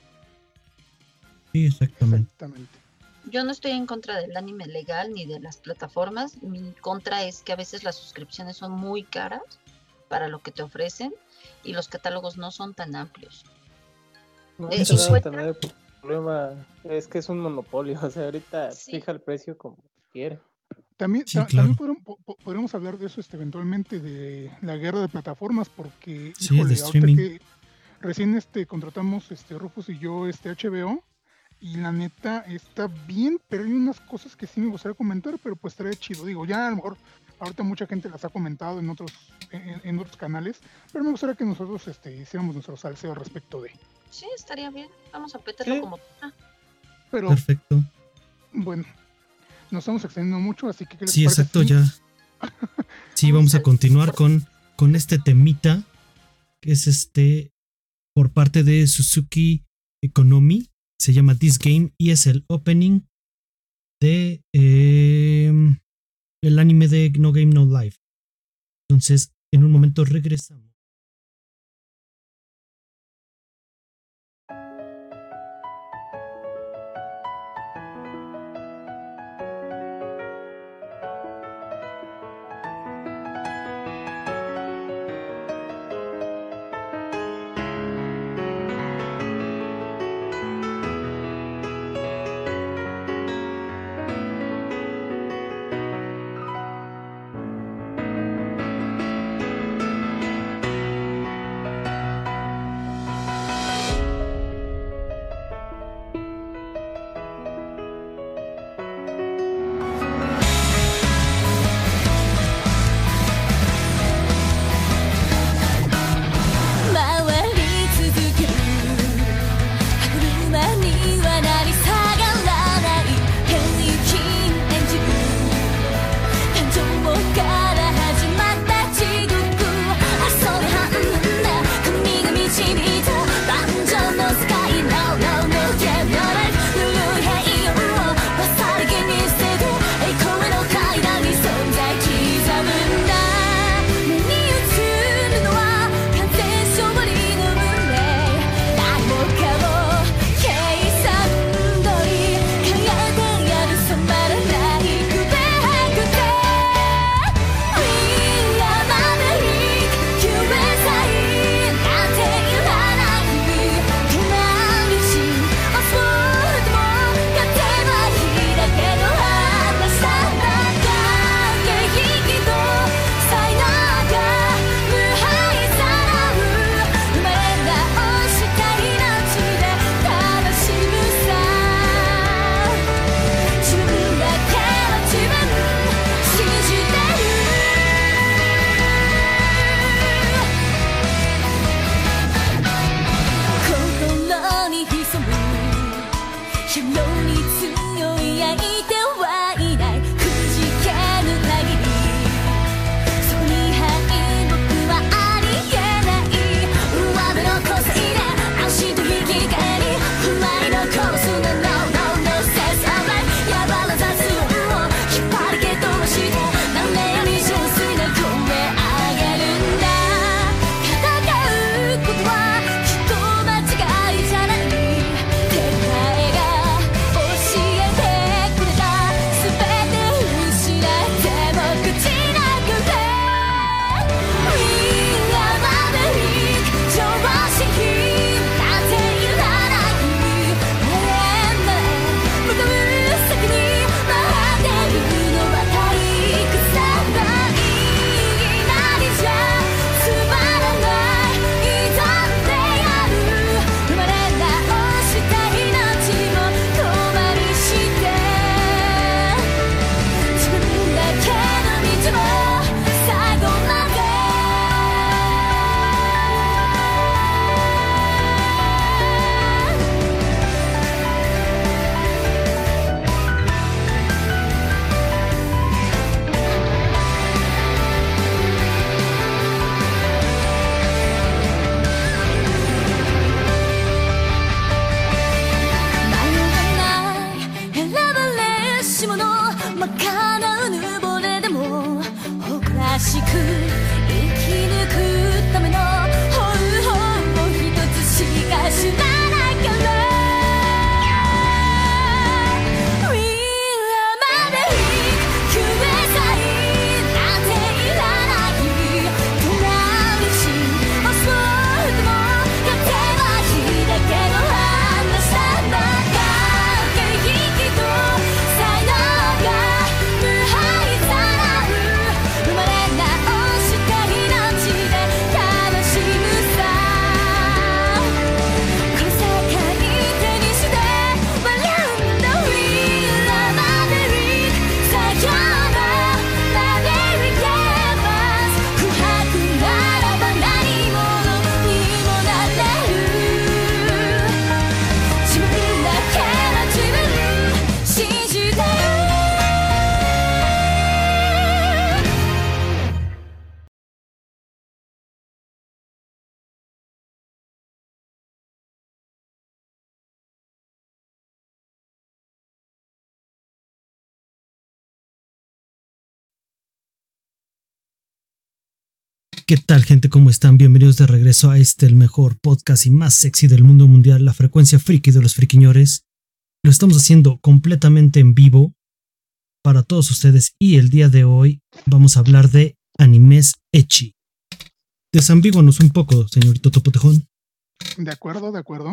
Sí, exactamente. Exactamente. Yo no estoy en contra del anime legal ni de las plataformas. Mi contra es que a veces las suscripciones son muy caras para lo que te ofrecen y los catálogos no son tan amplios. No, Eh, Eso eso sí. debe tener el problema. Es que es un monopolio. O sea, ahorita Sí. fija el precio como quiere. También, Sí, ta- claro. también podremos, po- po- podremos hablar de eso este, eventualmente, de la guerra de plataformas, porque, Sí, híjole, de ahorita streaming. que recién este, contratamos este, Rufus y yo este H B O, y la neta está bien, pero hay unas cosas que sí me gustaría comentar, pero pues estaría chido. Digo, ya a lo mejor ahorita mucha gente las ha comentado en otros, en, en otros canales, pero me gustaría que nosotros este, hiciéramos nuestro salseo al respecto de. Sí, estaría bien. Vamos a petarlo Sí. como... Ah, Pero Perfecto. bueno, nos estamos extendiendo mucho, así que ¿qué les Sí, parece exacto, si- ya. Sí, vamos a al- continuar con, con este temita, que es este, por parte de Suzuki Economy. Se llama This Game y es el opening de eh, el anime de No Game No Life. Entonces, en un momento regresamos. ¿Qué tal, gente? ¿Cómo están? Bienvenidos de regreso a este, el mejor podcast y más sexy del mundo mundial, la frecuencia friki de los friquiñores. Lo estamos haciendo completamente en vivo para todos ustedes y el día de hoy vamos a hablar de animes ecchi. Desambíguanos un poco, señorito Topotejón. De acuerdo, de acuerdo.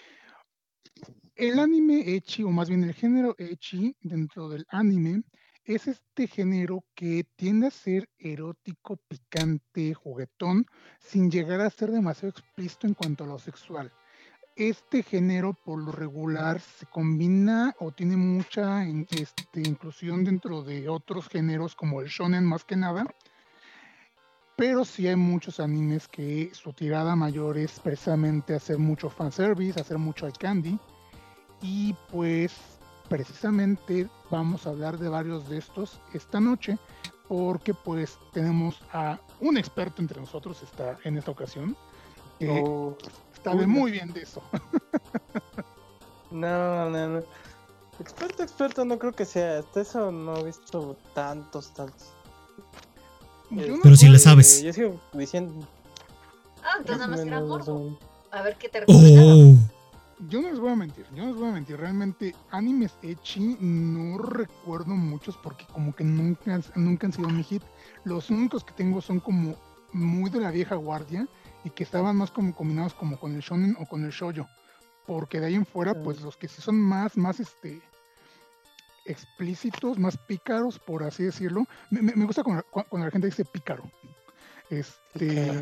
El anime ecchi, o más bien el género ecchi dentro del anime, es este género que tiende a ser erótico, picante, juguetón, sin llegar a ser demasiado explícito en cuanto a lo sexual. Este género, por lo regular, se combina o tiene mucha este, inclusión dentro de otros géneros como el shonen más que nada, pero sí hay muchos animes que su tirada mayor es precisamente hacer mucho fanservice, hacer mucho eye candy, y pues precisamente vamos a hablar de varios de estos esta noche, porque pues tenemos a un experto entre nosotros está en esta ocasión, que oh, sabe uy, muy bien de eso. No, no, no. Experto, experto no creo que sea. Hasta eso no he visto tantos, tantos. No Pero si le sabes. Yo sigo diciendo. Ah, entonces nada más era morbo. A ver qué te recomiendan. Oh. Yo no les voy a mentir, yo no les voy a mentir, realmente animes ecchi no recuerdo muchos porque como que nunca, nunca han sido mi hit. Los únicos que tengo son como muy de la vieja guardia y que estaban más como combinados como con el shonen o con el shoujo, porque de ahí en fuera pues los que sí son más, más este explícitos, más pícaros por así decirlo. Me, me gusta cuando, cuando la gente dice pícaro, este...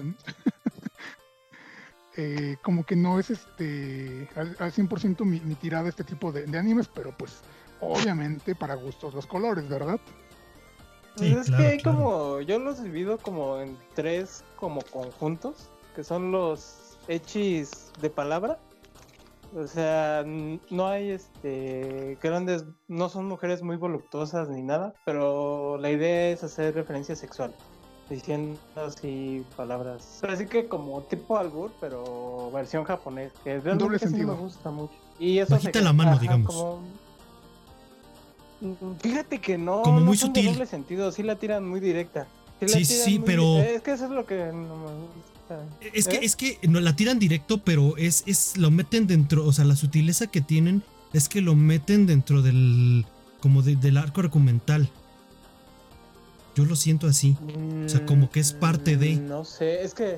Eh, como que no es este al, al cien por ciento mi, mi tirada este tipo de, de animes, pero pues obviamente para gustos los colores, ¿verdad? Sí, pues es claro, que hay claro. como, yo los divido como en tres como conjuntos, que son los echis de palabra, O sea, n- no hay este grandes, no son mujeres muy voluptuosas ni nada, pero la idea es hacer referencia sexual, diciendo así palabras. Así que como tipo albur, pero versión japonés, que Doble realmente sí sentido. me gusta mucho. Y eso Bajita se- la mano, ajá, digamos. como- Mm, Fíjate que no, Como no muy son de sutil. doble sentido, sí la tiran muy directa. la Sí, tiran sí, muy- pero- Es que eso es lo que no me gusta. Es que, ¿Eh? es que no la tiran directo, pero es, es, lo meten dentro, o sea, la sutileza que tienen es que lo meten dentro del, como de- del arco argumental. Yo lo siento así. O sea, como que es parte de. Mm, No sé, es que.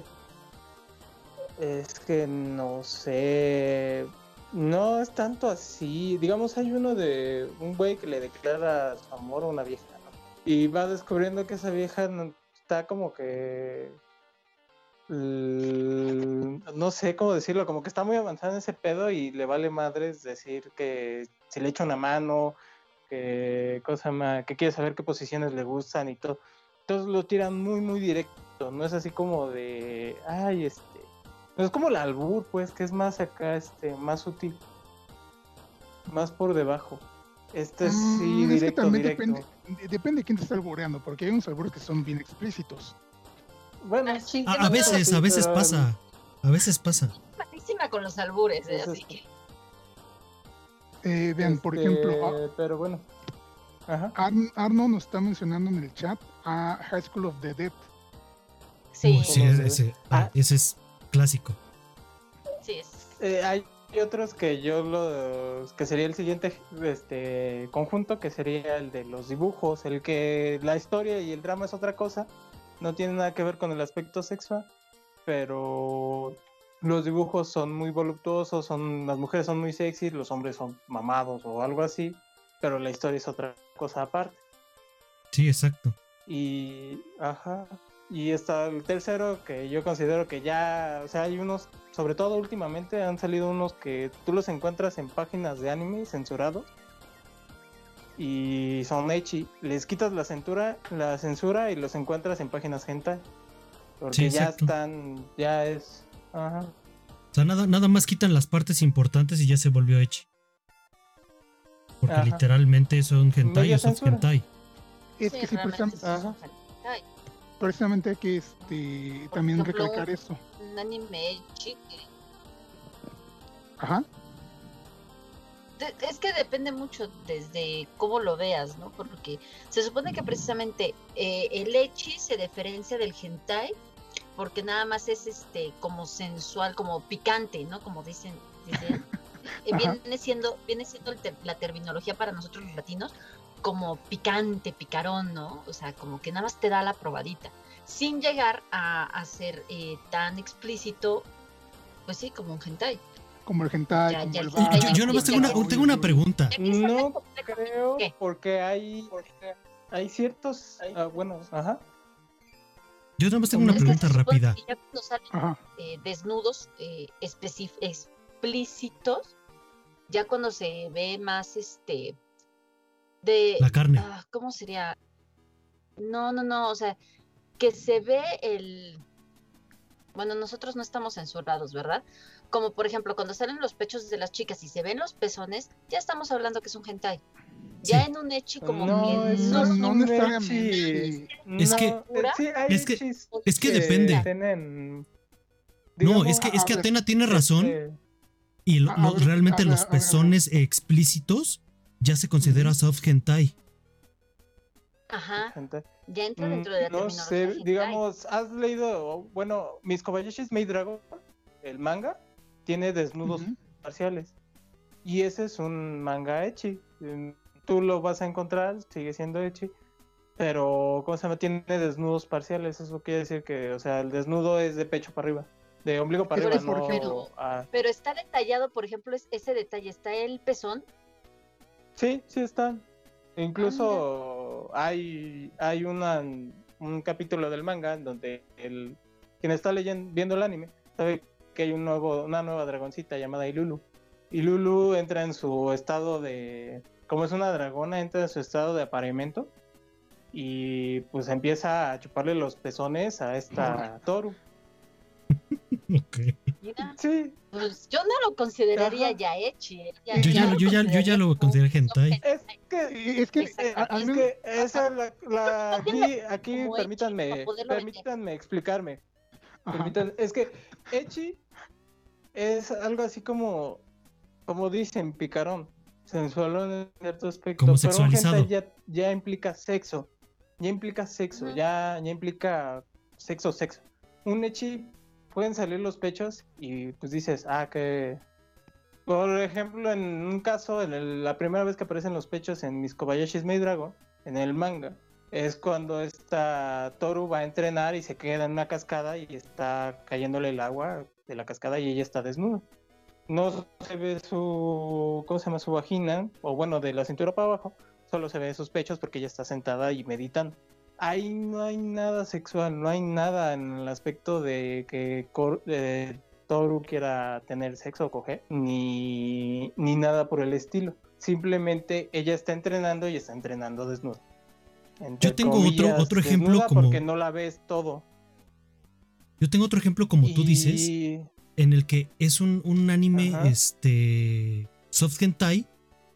Es que no sé. No es tanto así. Digamos, hay uno de un güey que le declara su amor a una vieja, ¿no? Y va descubriendo que esa vieja no- está como que. l- No sé cómo decirlo, como que está muy avanzada en ese pedo y le vale madres decir que si le echa una mano, que cosa más, que quiere saber qué posiciones le gustan y todo. Entonces lo tiran muy, muy directo. No es así como de. Ay, este. No es como el albur, pues, que es más acá, este, más sutil. Más por debajo. Este sí, Mm, es que directo, también directo. depende, de- depende de quién te está alboreando, porque hay unos albures que son bien explícitos. Bueno, Ah, sí, A, que a no, veces, sí, a veces pero- pasa. A veces pasa. malísima con los albures, eh, Eso así es- que. Eh, vean, por este, ejemplo, a- Pero bueno. Ajá. Arn- Arno nos está mencionando en el chat a High School of the Dead. Sí, Uy, sí, Como ese, de- ese- ah, Ah. ese es clásico. sí, es. Eh, hay otros que yo los que sería el siguiente este conjunto, que sería el de los dibujos, el que la historia y el drama es otra cosa, no tiene nada que ver con el aspecto sexual, pero los dibujos son muy voluptuosos, son las mujeres son muy sexy, los hombres son mamados o algo así, pero la historia es otra cosa aparte. Sí, exacto. Y, ajá, y está el tercero que yo considero que ya, o sea, hay unos, sobre todo últimamente han salido unos que tú los encuentras en páginas de anime censurados y son ecchi, les quitas la censura, la censura y los encuentras en páginas hentai, porque Sí, ya exacto. están, ya es, ajá, O sea, nada, nada más quitan las partes importantes y ya se volvió Echi. Porque Ajá. literalmente son hentai Media o soft censura. hentai. Es Sí, que sí, realmente precisamente, sí Ajá. son hentai. precisamente hay que este, también ejemplo, recalcar eso. Un anime chique. Ajá. De- Es que depende mucho desde cómo lo veas, ¿no? Porque se supone que precisamente eh, el ecchi se diferencia del hentai porque nada más es este como sensual, como picante, ¿no? Como dicen, dicen. Eh, Ajá. viene siendo, viene siendo el ter- la terminología para nosotros los latinos como picante, picarón, ¿no? O sea, como que nada más te da la probadita, sin llegar a, a ser eh, tan explícito, pues sí, como un hentai. Como el hentai, Ya, como ya, el ya, Y bar, yo, yo nada más tengo una, como el tengo una yaoi. pregunta. Ya empieza a ser no complejo. creo, ¿Qué? porque hay, hay ciertos, ah, bueno, ajá, Yo nada más tengo una Es que pregunta se supone rápida. que ya cuando salen Ajá. eh, desnudos eh, específ- explícitos, ya cuando se ve más este de La carne. ah, ¿cómo sería? No, no, no, o sea, que se ve el bueno, nosotros no estamos censurados, ¿verdad? Como por ejemplo, cuando salen los pechos de las chicas y se ven los pezones, ya estamos hablando que es un hentai. Ya Sí. en un ecchi como no, que es no, no, no un necesariamente. ecchi. Es No, que- eh, sí, hay es que- echis es que depende. tienen, No, digamos, es que, es que a ver, Atena tiene razón. este, Y lo- a lo- ver, realmente a ver, los a ver, a ver. pezones explícitos ya se considera soft hentai. ajá, gente. ya entra dentro de la Mm, No terminología sé, hentai. digamos, has leído, bueno, Mis Kobayashi's Maid Dragon, el manga, tiene desnudos Ujú. parciales. Y ese es un manga ecchi. Mm, Tú lo vas a encontrar, sigue siendo ecchi. Pero, ¿cómo se llama? Tiene desnudos parciales. Eso quiere decir que, o sea, el desnudo es de pecho para arriba. De ombligo para Es arriba, que, por no. ejemplo- ah, Pero está detallado, por ejemplo, es- ese detalle, está el pezón. Sí, sí están. Incluso hay, hay una, un capítulo del manga en donde el, quien está leyendo, viendo el anime sabe que hay un nuevo, una nueva dragoncita llamada Ilulu. Y Lulu entra en su estado de... Como es una dragona, entra en su estado de apareamiento. Y pues empieza a chuparle los pezones a esta Toru. Ok. Mira, Sí. Pues yo no lo consideraría Ajá. ya ecchi. ¿eh? Yo ya, lo yo ya, yo ya lo consideraría considero como hentai. Es que, Es que, eh, a- al es menos- que esa es la, la- aquí, Entiende aquí como ecchi para permítanme, poderlo vender. permítanme explicarme. Ajá. Permítanme- es que ecchi es algo así como, como dicen, picarón, sensual en cierto aspecto, Como pero un sexualizado. hentai ya, ya implica sexo, ya implica sexo, Ujú. ya, ya implica sexo, sexo. Un ecchi pueden salir los pechos y pues dices, ah, que... Por ejemplo, en un caso, en el- la primera vez que aparecen los pechos en Miss Kobayashi's Maid Dragon, en el manga, es cuando esta Toru va a entrenar y se queda en una cascada y está cayéndole el agua de la cascada y ella está desnuda. No se ve su, ¿cómo se llama? Su vagina, o bueno, de la cintura para abajo, solo se ve sus pechos porque ella está sentada y meditando. Ahí no hay nada sexual, no hay nada en el aspecto de que Cor- eh, Toru quiera tener sexo o coger, ni, ni nada por el estilo. Simplemente ella está entrenando y está entrenando desnuda. Entre Yo tengo otro- comillas, otro ejemplo desnuda como- porque no la ves todo. Yo tengo otro ejemplo, como tú Y- dices, en el que es un, un anime, Ajá. este, soft hentai,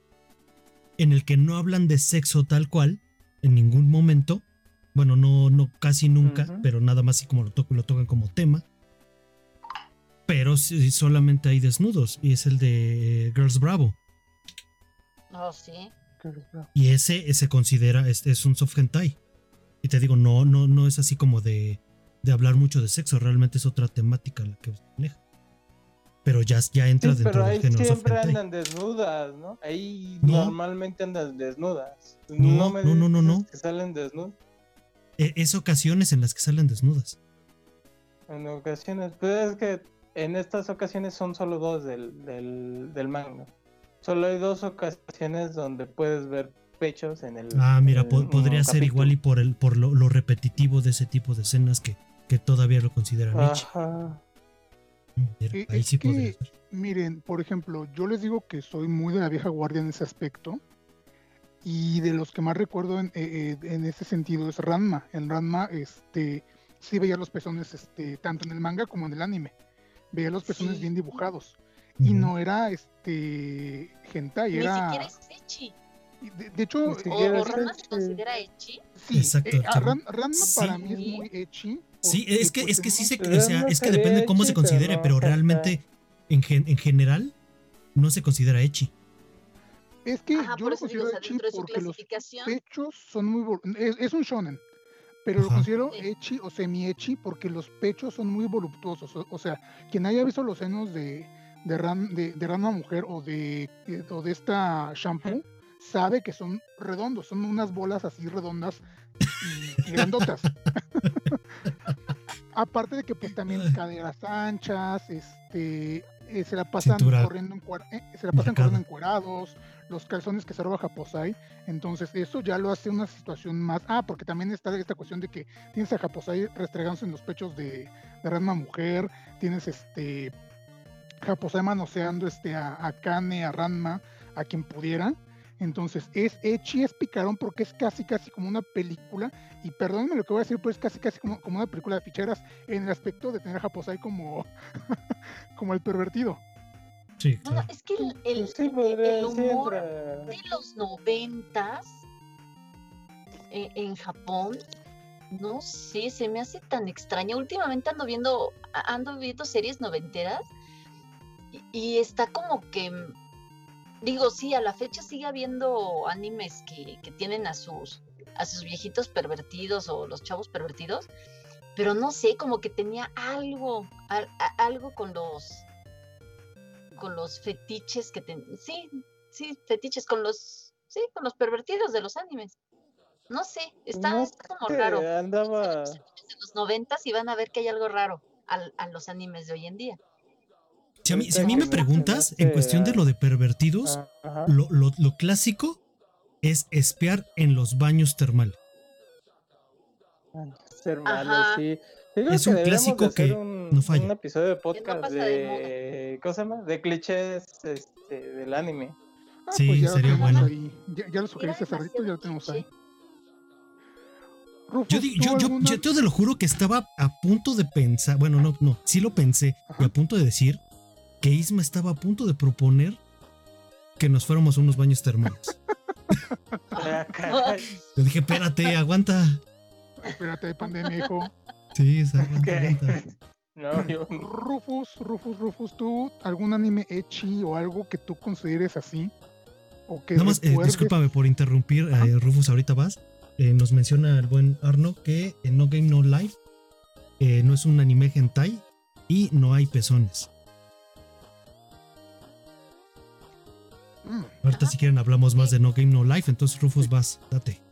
en el que no hablan de sexo tal cual, en ningún momento. Bueno, no, no casi nunca, Ujú. pero nada más así como lo, to- lo tocan como tema. Pero sí, solamente hay desnudos, y es el de Girls Bravo. Oh, sí. Y ese se considera, este es un soft hentai. Y te digo, no, no, no es así como de, de hablar mucho de sexo, realmente es otra temática la que se maneja. Pero ya, ya entra Sí, dentro pero del ahí género soft siempre hentai. andan desnudas, ¿no? Ahí No. normalmente andan desnudas. No, me no, no, no, dices no. que salen desnudas E- Es ocasiones en las que salen desnudas. en ocasiones. Pero es que en estas ocasiones son solo dos del, del, del manga. Solo hay dos ocasiones donde puedes ver pechos en el. Ah, mira, en po- un podría ser capítulo. igual y por el por lo, lo repetitivo de ese tipo de escenas que, que todavía lo consideran ecchi. Ajá. Mira, Eh, ahí es sí que, podría ser. miren, por ejemplo, yo les digo que soy muy de la vieja guardia en ese aspecto. Y de los que más recuerdo en, eh, eh, en ese sentido es Ranma. En Ranma, este, sí veía los pezones, este, tanto en el manga como en el anime. Veía los pezones Sí. bien dibujados. Y Ujú. no era este hentai, Ni era. siquiera es ecchi. De, de hecho, Ni O, siquiera o es Ranma se ecchi. considera ecchi. sí, Exacto, eh, exacto. Ran- Ranma Sí. para mí es muy ecchi. Sí, porque, es que, pues, es que sí se, tenemos- o sea, es que depende de cómo se considere, pero realmente en, gen- en general no se considera ecchi. Es que Ajá, yo por lo eso digo, considero o sea, ecchi dentro de su porque los clasificación. pechos son muy... vol- Es, es un shonen, pero lo Ajá. considero Sí. ecchi o semi-ecchi porque los pechos son muy voluptuosos. O, o sea, quien haya visto los senos de, de, Ran, de, de Ranma Mujer o de, eh, o de esta shampoo, sabe que son redondos, son unas bolas así redondas y, y grandotas. Aparte de que pues también caderas anchas, este, eh, se la pasan Cintura corriendo encuer- eh, se la pasan marcada. corriendo encuerados, los calzones que se roba Japosai, entonces eso ya lo hace una situación más, ah, porque también está esta cuestión de que tienes a Japosai restregándose en los pechos de, de Ranma Mujer, tienes este Japosai manoseando este a, a Kane, a Ranma, a quien pudiera. Entonces es ecchi, es picarón porque es casi casi como una película, y perdónenme lo que voy a decir, pero es casi casi como, como una película de ficheras en el aspecto de tener a Japosai como, como el pervertido. Sí, Bueno, claro. es que el, el- Pues sí, podría el sí humor entra. de los noventas eh, en Japón, no sé, se me hace tan extraño. Últimamente ando viendo, a- ando viendo series noventeras y, y está como que, digo, sí, a la fecha sigue habiendo animes que, que tienen a sus, a sus viejitos pervertidos o los chavos pervertidos, pero no sé, como que tenía algo, al- a- algo con los con los fetiches que ten... sí, sí, fetiches con los, sí, con los pervertidos de los animes. No sé, está, No está como sé, raro. andaba. Los animes de los noventas y van a ver que hay algo raro al- a los animes de hoy en día. Si a mí, si a ahorita mí que me preguntas, mencionaste en cuestión de a- lo de pervertidos, Ah, ajá. lo, lo- lo clásico es espiar en los baños termales. Ser malo, Ajá. sí. Yo creo Es que un deberíamos clásico de hacer que un, no falla. un episodio de podcast pasa de de, ¿cómo se llama? De clichés este, del anime. Ah, Sí, pues ya lo sería tenemos bueno. ahí. Ya, ya lo sugeriste hace Era ratito, ya lo tenemos ahí. demasiado Rufus, Yo, di- ¿tú yo, yo, alguna- yo te lo juro que estaba a punto de pensar, bueno, no, no, sí lo pensé, Ajá. y a punto de decir que Isma estaba a punto de proponer que nos fuéramos a unos baños termales. Ah, caray. Le dije, espérate, aguanta. Espérate, pandenejo. Sí, es aguanta, ¿Qué? aguanta. No, yo Rufus, Rufus, Rufus, ¿tú algún anime ecchi o algo que tú consideres así? O que Nada más, eh, recuerdes- discúlpame por interrumpir, eh, Rufus, ahorita vas. Eh, nos menciona el buen Arno que en No Game No Life eh, no es un anime hentai y no hay pezones. Mm, Ahorita si quieren hablamos más de No Game No Life, entonces Rufus vas, date.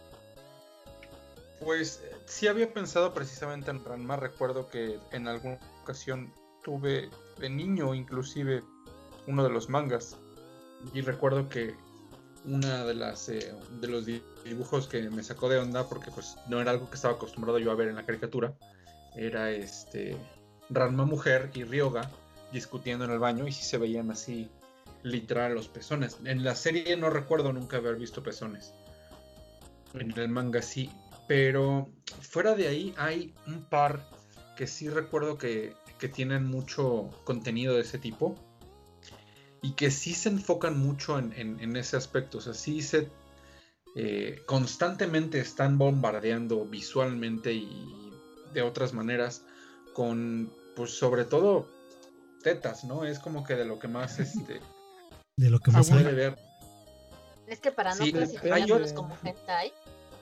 Pues eh, sí había pensado precisamente en Ranma. Recuerdo que en alguna ocasión tuve de niño inclusive uno de los mangas. Y recuerdo que una de las eh, de los di- dibujos que me sacó de onda, porque pues no era algo que estaba acostumbrado yo a ver en la caricatura, era este Ranma mujer y Ryoga discutiendo en el baño, y sí se veían así literal los pezones. En la serie no recuerdo nunca haber visto pezones. En el manga sí. Pero fuera de ahí hay un par que sí recuerdo que, que tienen mucho contenido de ese tipo. Y que sí se enfocan mucho en, en, en ese aspecto. O sea, sí se eh, constantemente están bombardeando visualmente y de otras maneras con, pues sobre todo, tetas, ¿no? Es como que de lo que más este, De lo que Ah, más se hay. puede ver. Es que para no Sí, clasificarlos depende. como hentai,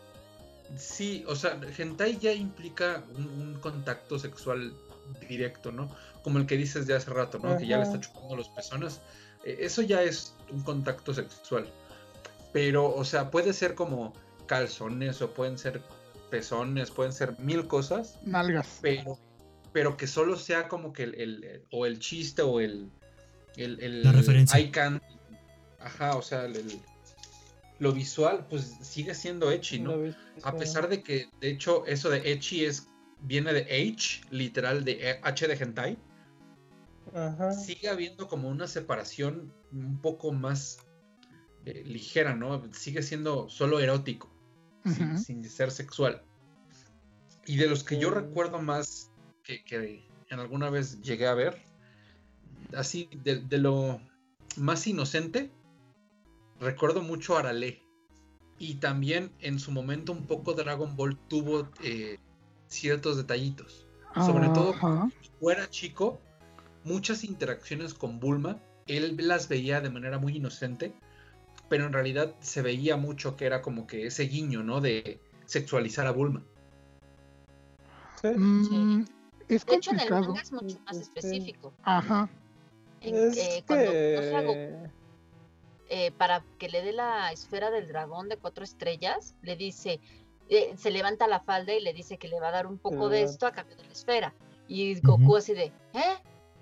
Sí, o sea, hentai ya implica un, un contacto sexual directo, ¿no? Como el que dices de hace rato, ¿no? Que ya le Ajá. está chupando los pezones. Eh, eso ya es un contacto sexual. Pero, o sea, puede ser como calzones o pueden ser pezones, pueden ser mil cosas, nalgas. pero, pero que solo sea como que el, el- el- o el chiste o el, el, el La referencia. eye candy. Ajá, o sea, el- el- lo visual, pues sigue siendo ecchi, ¿no? lo vi- A pesar de que, de hecho, eso de ecchi es, viene de H, literal de H de hentai, Ajá. sigue habiendo como una separación un poco más eh, ligera, ¿no? Sigue siendo solo erótico, sin, Ujú. sin ser sexual. Y de los que yo Mm. recuerdo más que, que en alguna vez llegué a ver, así, de, de lo más inocente, recuerdo mucho Arale. Y también en su momento un poco Dragon Ball tuvo eh, ciertos detallitos. Sobre todo Ajá. cuando fuera chico, muchas interacciones con Bulma, él las veía de manera muy inocente, pero en realidad se veía mucho que era como que ese guiño, ¿no? De sexualizar a Bulma. Sí. Mm, es de hecho en el complicado. manga es mucho más Sí. específico. Ajá. En- Es eh, cuando conoce a Goku, que eh, para que le dé la esfera del dragón de cuatro estrellas, le dice, eh, se levanta la falda y le dice que le va a dar un poco de Eh. esto a cambio de la esfera. Y Goku Ujú. así de, ¿eh?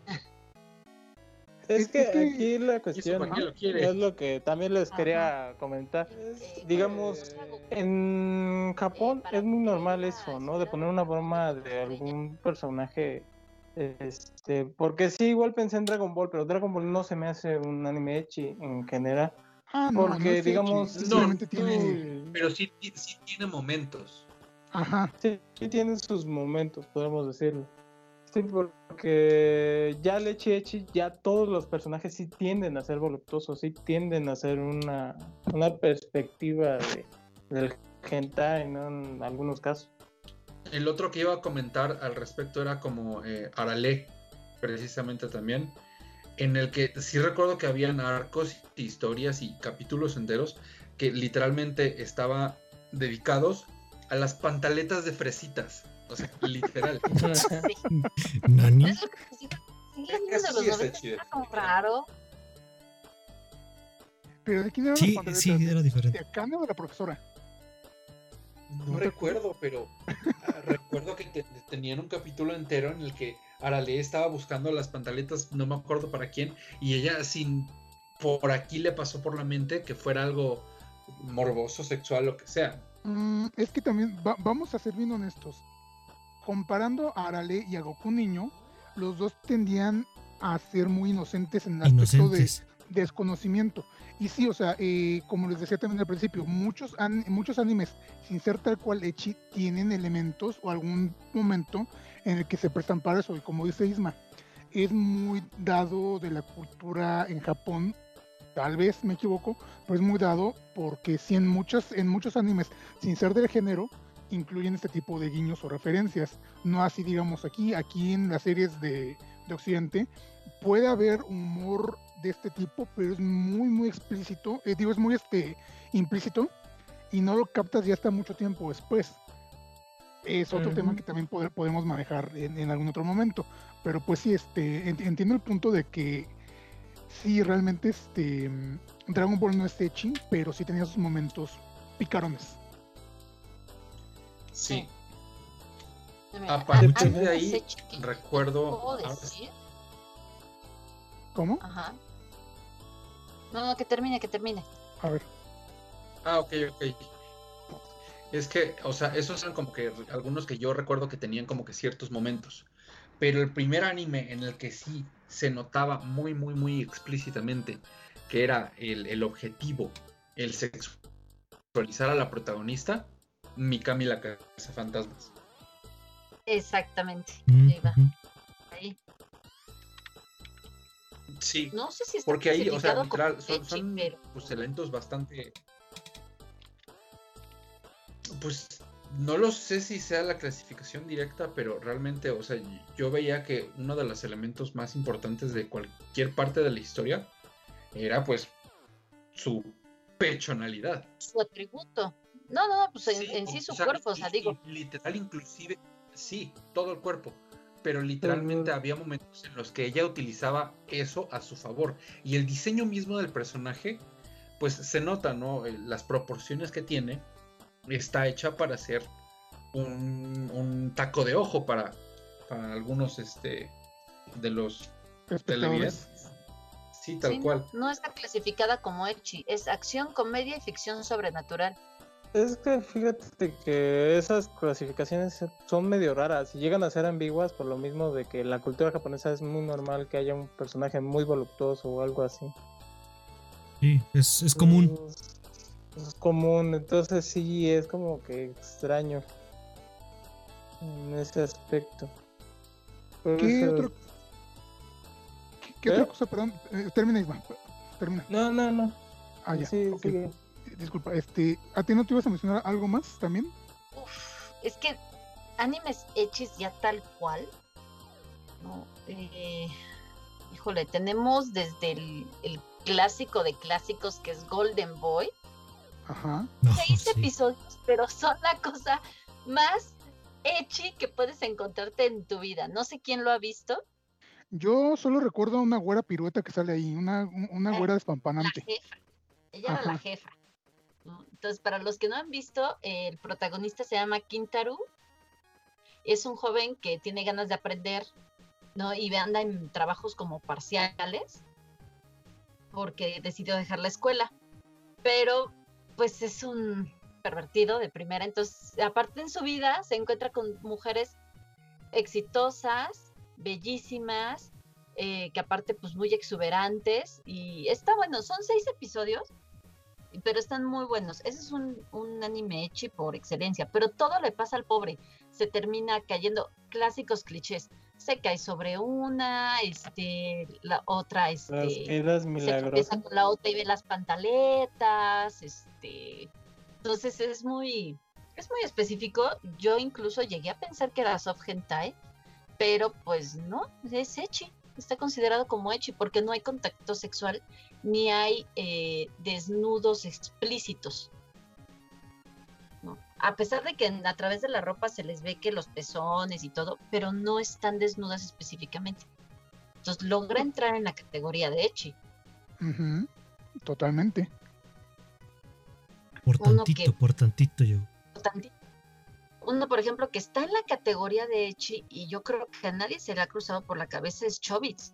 es Es- que es que- aquí la ¿Y eso cuestión para qué lo quiere? es lo que también les Ajá. quería comentar. Eh, Digamos, cuando conoce a Goku, en Japón Eh, para es muy que normal la eso, ¿no? De esfera poner del una dragón broma de de cuatro algún personaje. Este, porque sí, igual pensé en Dragon Ball, pero Dragon Ball no se me hace un anime ecchi en general. Ah, no, Porque, no es ecchi, digamos, simplemente no, tiene. sí, Pero sí, sí tiene momentos. Ajá. sí, sí tienen sus momentos, podemos decirlo. Sí, porque ya el ecchi ecchi, ya todos los personajes sí tienden a ser voluptuosos, sí tienden a ser una, una perspectiva de, del hentai, ¿no? En algunos casos. El otro que iba a comentar al respecto era como eh, Arale, precisamente también, en el que sí recuerdo que habían arcos, historias y capítulos enteros que literalmente estaban dedicados a las pantaletas de fresitas. O sea, literal. sí. ¿Nani? Es lo que sí, sí, es Eso de los sí está noventa, chido. está como raro. Pero de quién eran Sí, las pantaletas? sí, era ¿De diferente. Akane o de la profesora? No recuerdo, pero ah, recuerdo que te- tenían un capítulo entero en el que Arale estaba buscando las pantaletas, no me acuerdo para quién, y ella sin por aquí le pasó por la mente que fuera algo morboso, sexual, lo que sea. Mm, es que también, va- vamos a ser bien honestos. Comparando a Arale y a Goku niño, los dos tendían a ser muy inocentes en el aspecto de, Inocentes. desconocimiento. Y sí, o sea, eh, como les decía también al principio, muchos, an- muchos animes, sin ser tal cual ecchi, tienen elementos o algún momento en el que se prestan para eso. Y como dice Isma, es muy dado de la cultura en Japón, tal vez me equivoco, pero es muy dado porque sí en, muchas, en muchos animes, sin ser del género, incluyen este tipo de guiños o referencias. No así, digamos, aquí, aquí en las series de, de Occidente, puede haber humor de este tipo, pero es muy, muy explícito, eh, digo, es muy este, implícito, y no lo captas ya hasta mucho tiempo después. Es otro uh-huh. tema que también poder, podemos manejar en, en algún otro momento, pero pues sí, este, ent- entiendo el punto de que sí, realmente este, Dragon Ball no es ecchi, pero sí tenía sus momentos picarones. Sí. Sí. A partir Ah, de ahí, recuerdo... ¿Puedo decir? ¿Cómo? Ajá. No, no, que termine, que termine. A ver. Ah, ok, ok. Es que, o sea, esos eran como que algunos que yo recuerdo que tenían como que ciertos momentos. Pero el primer anime en el que sí se notaba muy, muy, muy explícitamente que era el, el objetivo, el sexualizar a la protagonista, Mikami la Cazafantasmas. Exactamente. Mm, Ahí va. ujú. Ahí. Sí, No sé si está porque ahí, o sea, clasificado literal, como son, ecchi, son pero... pues, elementos bastante... Pues no lo sé si sea la clasificación directa, pero realmente, o sea, yo veía que uno de los elementos más importantes de cualquier parte de la historia era pues su pechonalidad. Su atributo. No, no, no, pues en, Sí, en sí su o sea, cuerpo, o y- sea, y- digo, y literal, inclusive, sí, todo el cuerpo. Pero literalmente Ujú. había momentos en los que ella utilizaba eso a su favor. Y el diseño mismo del personaje, pues se nota, ¿no? Eh, Las proporciones que tiene, está hecha para ser un, un taco de ojo para, para algunos este, de los Espectadores. televidentes. Sí, tal sí, cual. no, no está clasificada como ecchi, es acción, comedia y ficción sobrenatural. Es que fíjate que esas clasificaciones son medio raras y llegan a ser ambiguas por lo mismo de que en la cultura japonesa es muy normal que haya un personaje muy voluptuoso o algo así. Sí, es, es común. Es, es común, entonces sí, es como que extraño en ese aspecto. Por ¿Qué eso- otro? ¿Qué, qué ¿Eh? otra cosa? Perdón, eh, termina, Isma. Termina. No, no, no. Ah, ya. Sí, ok. sigue. Disculpa, este, ¿a ti no te ibas a mencionar algo más también? Uf, es que animes echis ya tal cual, ¿no? Eh, híjole, tenemos desde el, el clásico de clásicos que es Golden Boy, Ajá. No, seis sí. episodios, pero son la cosa más ecchi que puedes encontrarte en tu vida. No sé quién lo ha visto. Yo solo recuerdo a una güera pirueta que sale ahí, una, una Eh, güera La despampanante. jefa. Ella era la Ajá. jefa, ¿no? Entonces, para los que no han visto, eh, el protagonista se llama Kintaro. Es un joven que tiene ganas de aprender, ¿no? Y anda en trabajos como parciales porque decidió dejar la escuela. Pero, pues es un pervertido de primera. Entonces, aparte en su vida, se encuentra con mujeres exitosas, bellísimas, eh, que aparte, pues muy exuberantes. Y está bueno, son seis episodios, pero están muy buenos. Ese es un, un anime ecchi por excelencia, pero todo le pasa al pobre. Se termina cayendo clásicos clichés. Se cae sobre una, este, la otra, Las este, quedas se milagrosas. tropieza con la otra y ve las pantaletas, este, entonces es muy, es muy específico. Yo incluso llegué a pensar que era soft hentai, pero pues no, es ecchi. Está considerado como ecchi porque no hay contacto sexual ni hay eh, desnudos explícitos, ¿no? A pesar de que en- a través de la ropa se les ve que los pezones y todo, pero no están desnudas específicamente. Entonces logra entrar en la categoría de ecchi. Ujú, totalmente. Por Uno tantito, que- por tantito yo. Tanti- Uno, por ejemplo, que está en la categoría de ecchi y yo creo que a nadie se le ha cruzado por la cabeza es Chobits.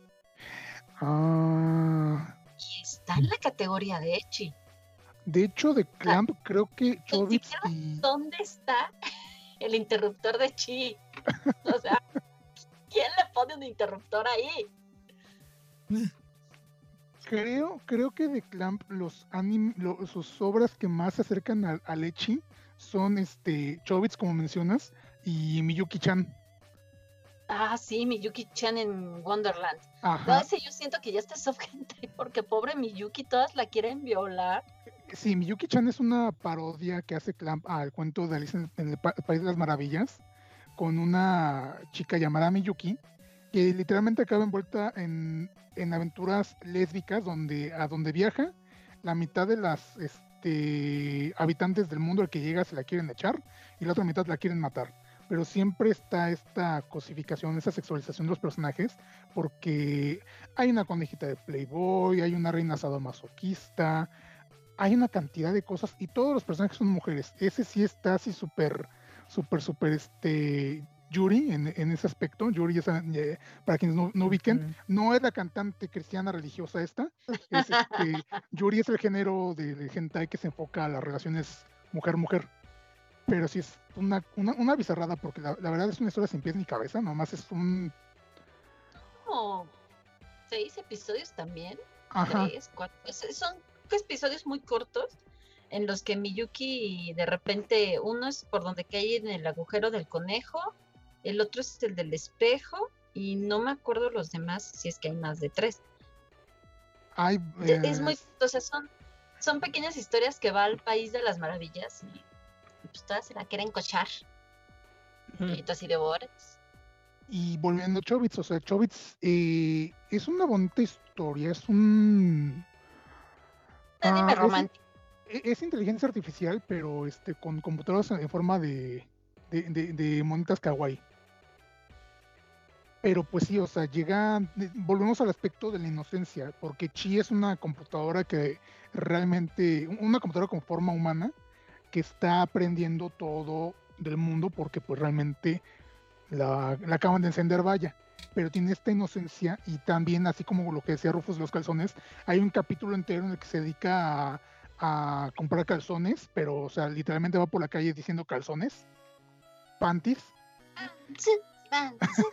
Ah, Y está en la categoría de ecchi. de hecho, de Clamp creo que Chobits siquiera y... ¿Dónde está el interruptor de chi? O sea, ¿quién le pone un interruptor ahí? Creo, creo que de Clamp los anim, lo- sus obras que más se acercan al, al ecchi son este Chobits, como mencionas, y Miyuki-chan. Ah, sí, Miyuki-chan en Wonderland. No, Ajá. ese yo siento que ya está soft hentai porque pobre Miyuki, todas la quieren violar. Sí, Miyuki-chan es una parodia que hace Clamp al cuento de Alicia en en el Pa- País de las Maravillas, con una chica llamada Miyuki, que literalmente acaba envuelta en, en aventuras lésbicas, donde a donde viaja, la mitad de las este, habitantes del mundo al que llega se la quieren echar, y la otra mitad la quieren matar. Pero siempre está esta cosificación, esa sexualización de los personajes, porque hay una conejita de Playboy, hay una reina sadomasoquista, hay una cantidad de cosas y todos los personajes son mujeres. Ese sí está así súper, súper, súper, este, Yuri en, en ese aspecto. Yuri, es, eh, para quienes no, no ubiquen, Ujú. no es la cantante cristiana religiosa esta. Es, este, Yuri es el género de, de hentai que se enfoca a las relaciones mujer-mujer. Pero sí es una, una, una bizarrada, porque la, la verdad es una historia sin pies ni cabeza, nomás es un... Como seis episodios también. Ajá, Tres, cuatro. es- Son episodios muy cortos en los que Miyuki de repente, uno es por donde cae en el agujero del conejo, el otro es el del espejo, y no me acuerdo los demás, si es que hay más de tres. hay... E- eh, Es muy, o sea, son, son pequeñas historias que va al país de las maravillas y pues todas se la quieren cochar. Y tú así de Boris. Y volviendo a Chobits, o sea, Chobits eh, es una bonita historia, es un... Anime ah, es, romántico. e- es inteligencia artificial, pero este con computadoras en forma de, de, de, de monitas kawaii. Pero pues sí, o sea, llega, de- volvemos al aspecto de la inocencia, porque Chi es una computadora que realmente, una computadora con forma humana, que está aprendiendo todo del mundo, porque pues realmente la, la acaban de encender, vaya. Pero tiene esta inocencia, y también, así como lo que decía Rufus de los calzones, hay un capítulo entero en el que se dedica a, a comprar calzones, pero, o sea, literalmente va por la calle diciendo calzones, panties. Sí, ah, sí.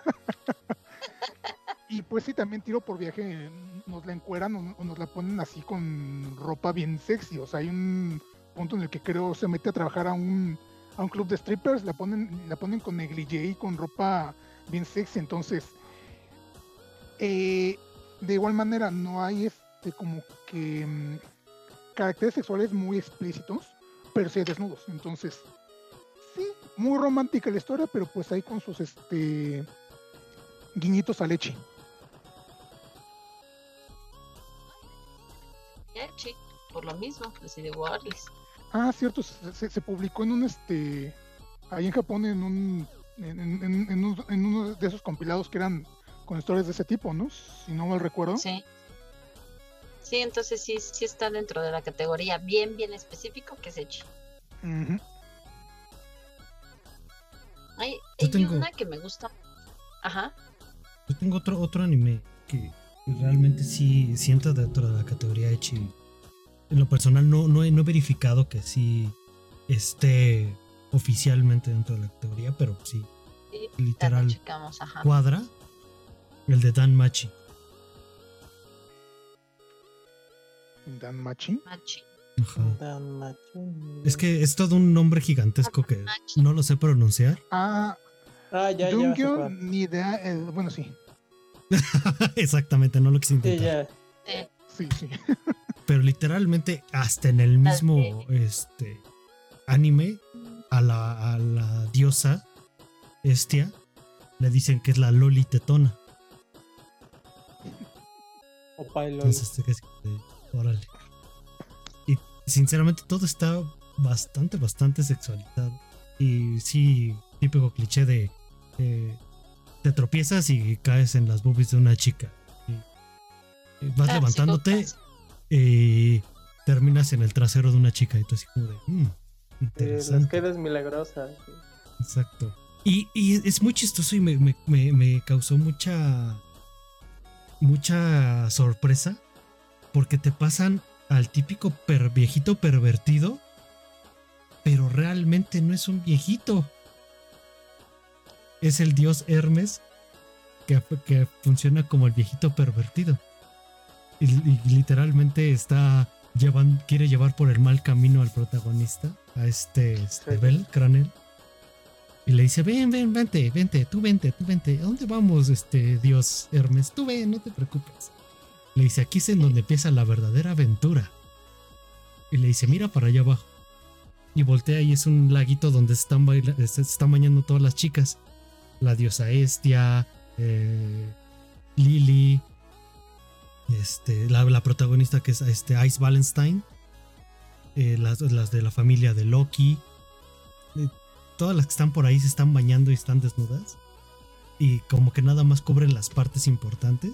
Y pues sí, también tiro por viaje, nos la encueran o, o nos la ponen así con ropa bien sexy. O sea, hay un punto en el que creo se mete a trabajar a un, a un club de strippers, la ponen, la ponen con negligé y con ropa bien sexy. Entonces, eh, de igual manera, no hay este como que mm, caracteres sexuales muy explícitos, pero sí hay desnudos. Entonces, sí, muy romántica la historia, pero pues ahí con sus este guiñitos a leche. Echi, por lo mismo, así de Warlis. Ah, cierto, se, se- se publicó en un este ahí en Japón en un en, en- en- en un- en uno de esos compilados que eran con historias de ese tipo, ¿no? Si no mal recuerdo. Sí. Sí, entonces sí, sí está dentro de la categoría bien, bien específico que es Echi. Ujú. Hay, Yo hay tengo- una que me gusta. Ajá. Yo tengo otro, otro anime que, que realmente sí siento dentro de la categoría Ecchi. En lo personal no, no, he, no he verificado que sí esté oficialmente dentro de la categoría, pero sí, Sí, literal ya lo checamos, ajá. cuadra. El de Dan Machi. Dan Machi. Machi. Ajá. Tan machín. Es que es todo un nombre gigantesco que no lo sé pronunciar. Ah, Ah, ya, ya. sé Jungyo, cuál. ni idea. eh, bueno, sí. Exactamente, no lo quise Sí, intentar. ya. Eh, Sí, sí. Pero literalmente hasta en el mismo este anime a la, a la diosa Estia le dicen que es la Loli Tetona. O Pilot. Entonces te quedas como de, órale. Y sinceramente todo está bastante, bastante sexualizado. Y sí, típico cliché de eh, te tropiezas y caes en las boobies de una chica. Y, y vas ah, levantándote sí, y terminas en el trasero de una chica. Y tú así como de, mmm, Sí, les interesante. quedas milagrosa. sí. Exacto. Y, y es muy chistoso y me, me, me, me causó mucha mucha sorpresa porque te pasan al típico per, viejito pervertido, pero realmente no es un viejito. Es el dios Hermes que, que funciona como el viejito pervertido. Y, y literalmente está llevan, quiere llevar por el mal camino al protagonista, a este, este Bell, Cranel. Y le dice, ven, ven, vente, vente, tú vente, tú vente. ¿A dónde vamos, este Dios Hermes? Tú ven, no te preocupes. Le dice, aquí es en donde empieza la verdadera aventura. Y le dice, mira para allá abajo. Y voltea y es un laguito donde se están, baila- se están bañando todas las chicas. La diosa Estia, eh, Lily, este, la, la protagonista que es este, Ice Wallenstein, eh, las, las de la familia de Loki. Eh, todas las que están por ahí se están bañando y están desnudas. Y como que nada más cubren las partes importantes.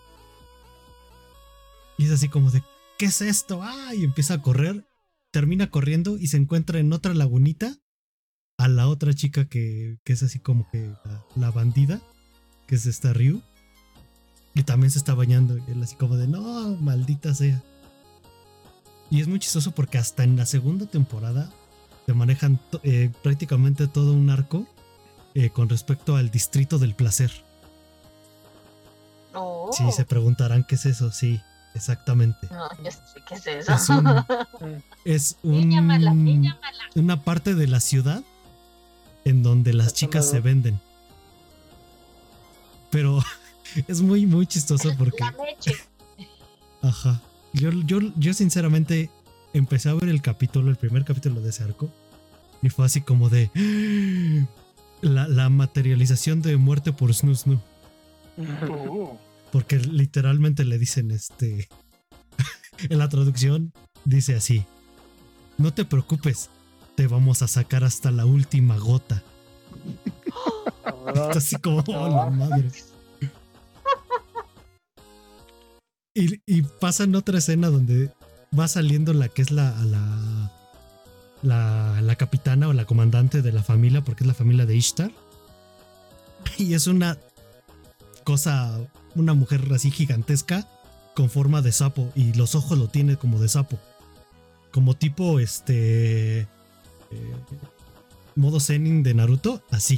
Y es así como de, ¿qué es esto? ¡Ah! Y empieza a correr. Termina corriendo y se encuentra en otra lagunita a la otra chica que, que es así como que la, la bandida, que es esta Ryu. Y también se está bañando. Y él así como de, no, maldita sea. Y es muy chistoso porque hasta en la segunda temporada te manejan to- eh, prácticamente todo un arco eh, con respecto al distrito del placer. Oh. Sí, se preguntarán qué es eso, sí. Exactamente. No, yo sé qué es eso. Es un, es un, Niña mala, niña mala. una parte de la ciudad en donde las chicas se venden. Pero es muy, muy chistoso porque... La leche. Ajá. Yo, yo, yo sinceramente empecé a ver el capítulo, el primer capítulo de ese arco, y fue así como de... La, la materialización de muerte por Snoo Snoo. Oh. Porque literalmente le dicen este... en la traducción dice así: no te preocupes, te vamos a sacar hasta la última gota. Está así como, oh, la madre. Y, y pasa en otra escena donde va saliendo la que es la, la, la, la capitana o la comandante de la familia, porque es la familia de Ishtar. Y es una cosa, una mujer así gigantesca con forma de sapo y los ojos lo tiene como de sapo. Como tipo este... Eh, modo Zenin de Naruto, así.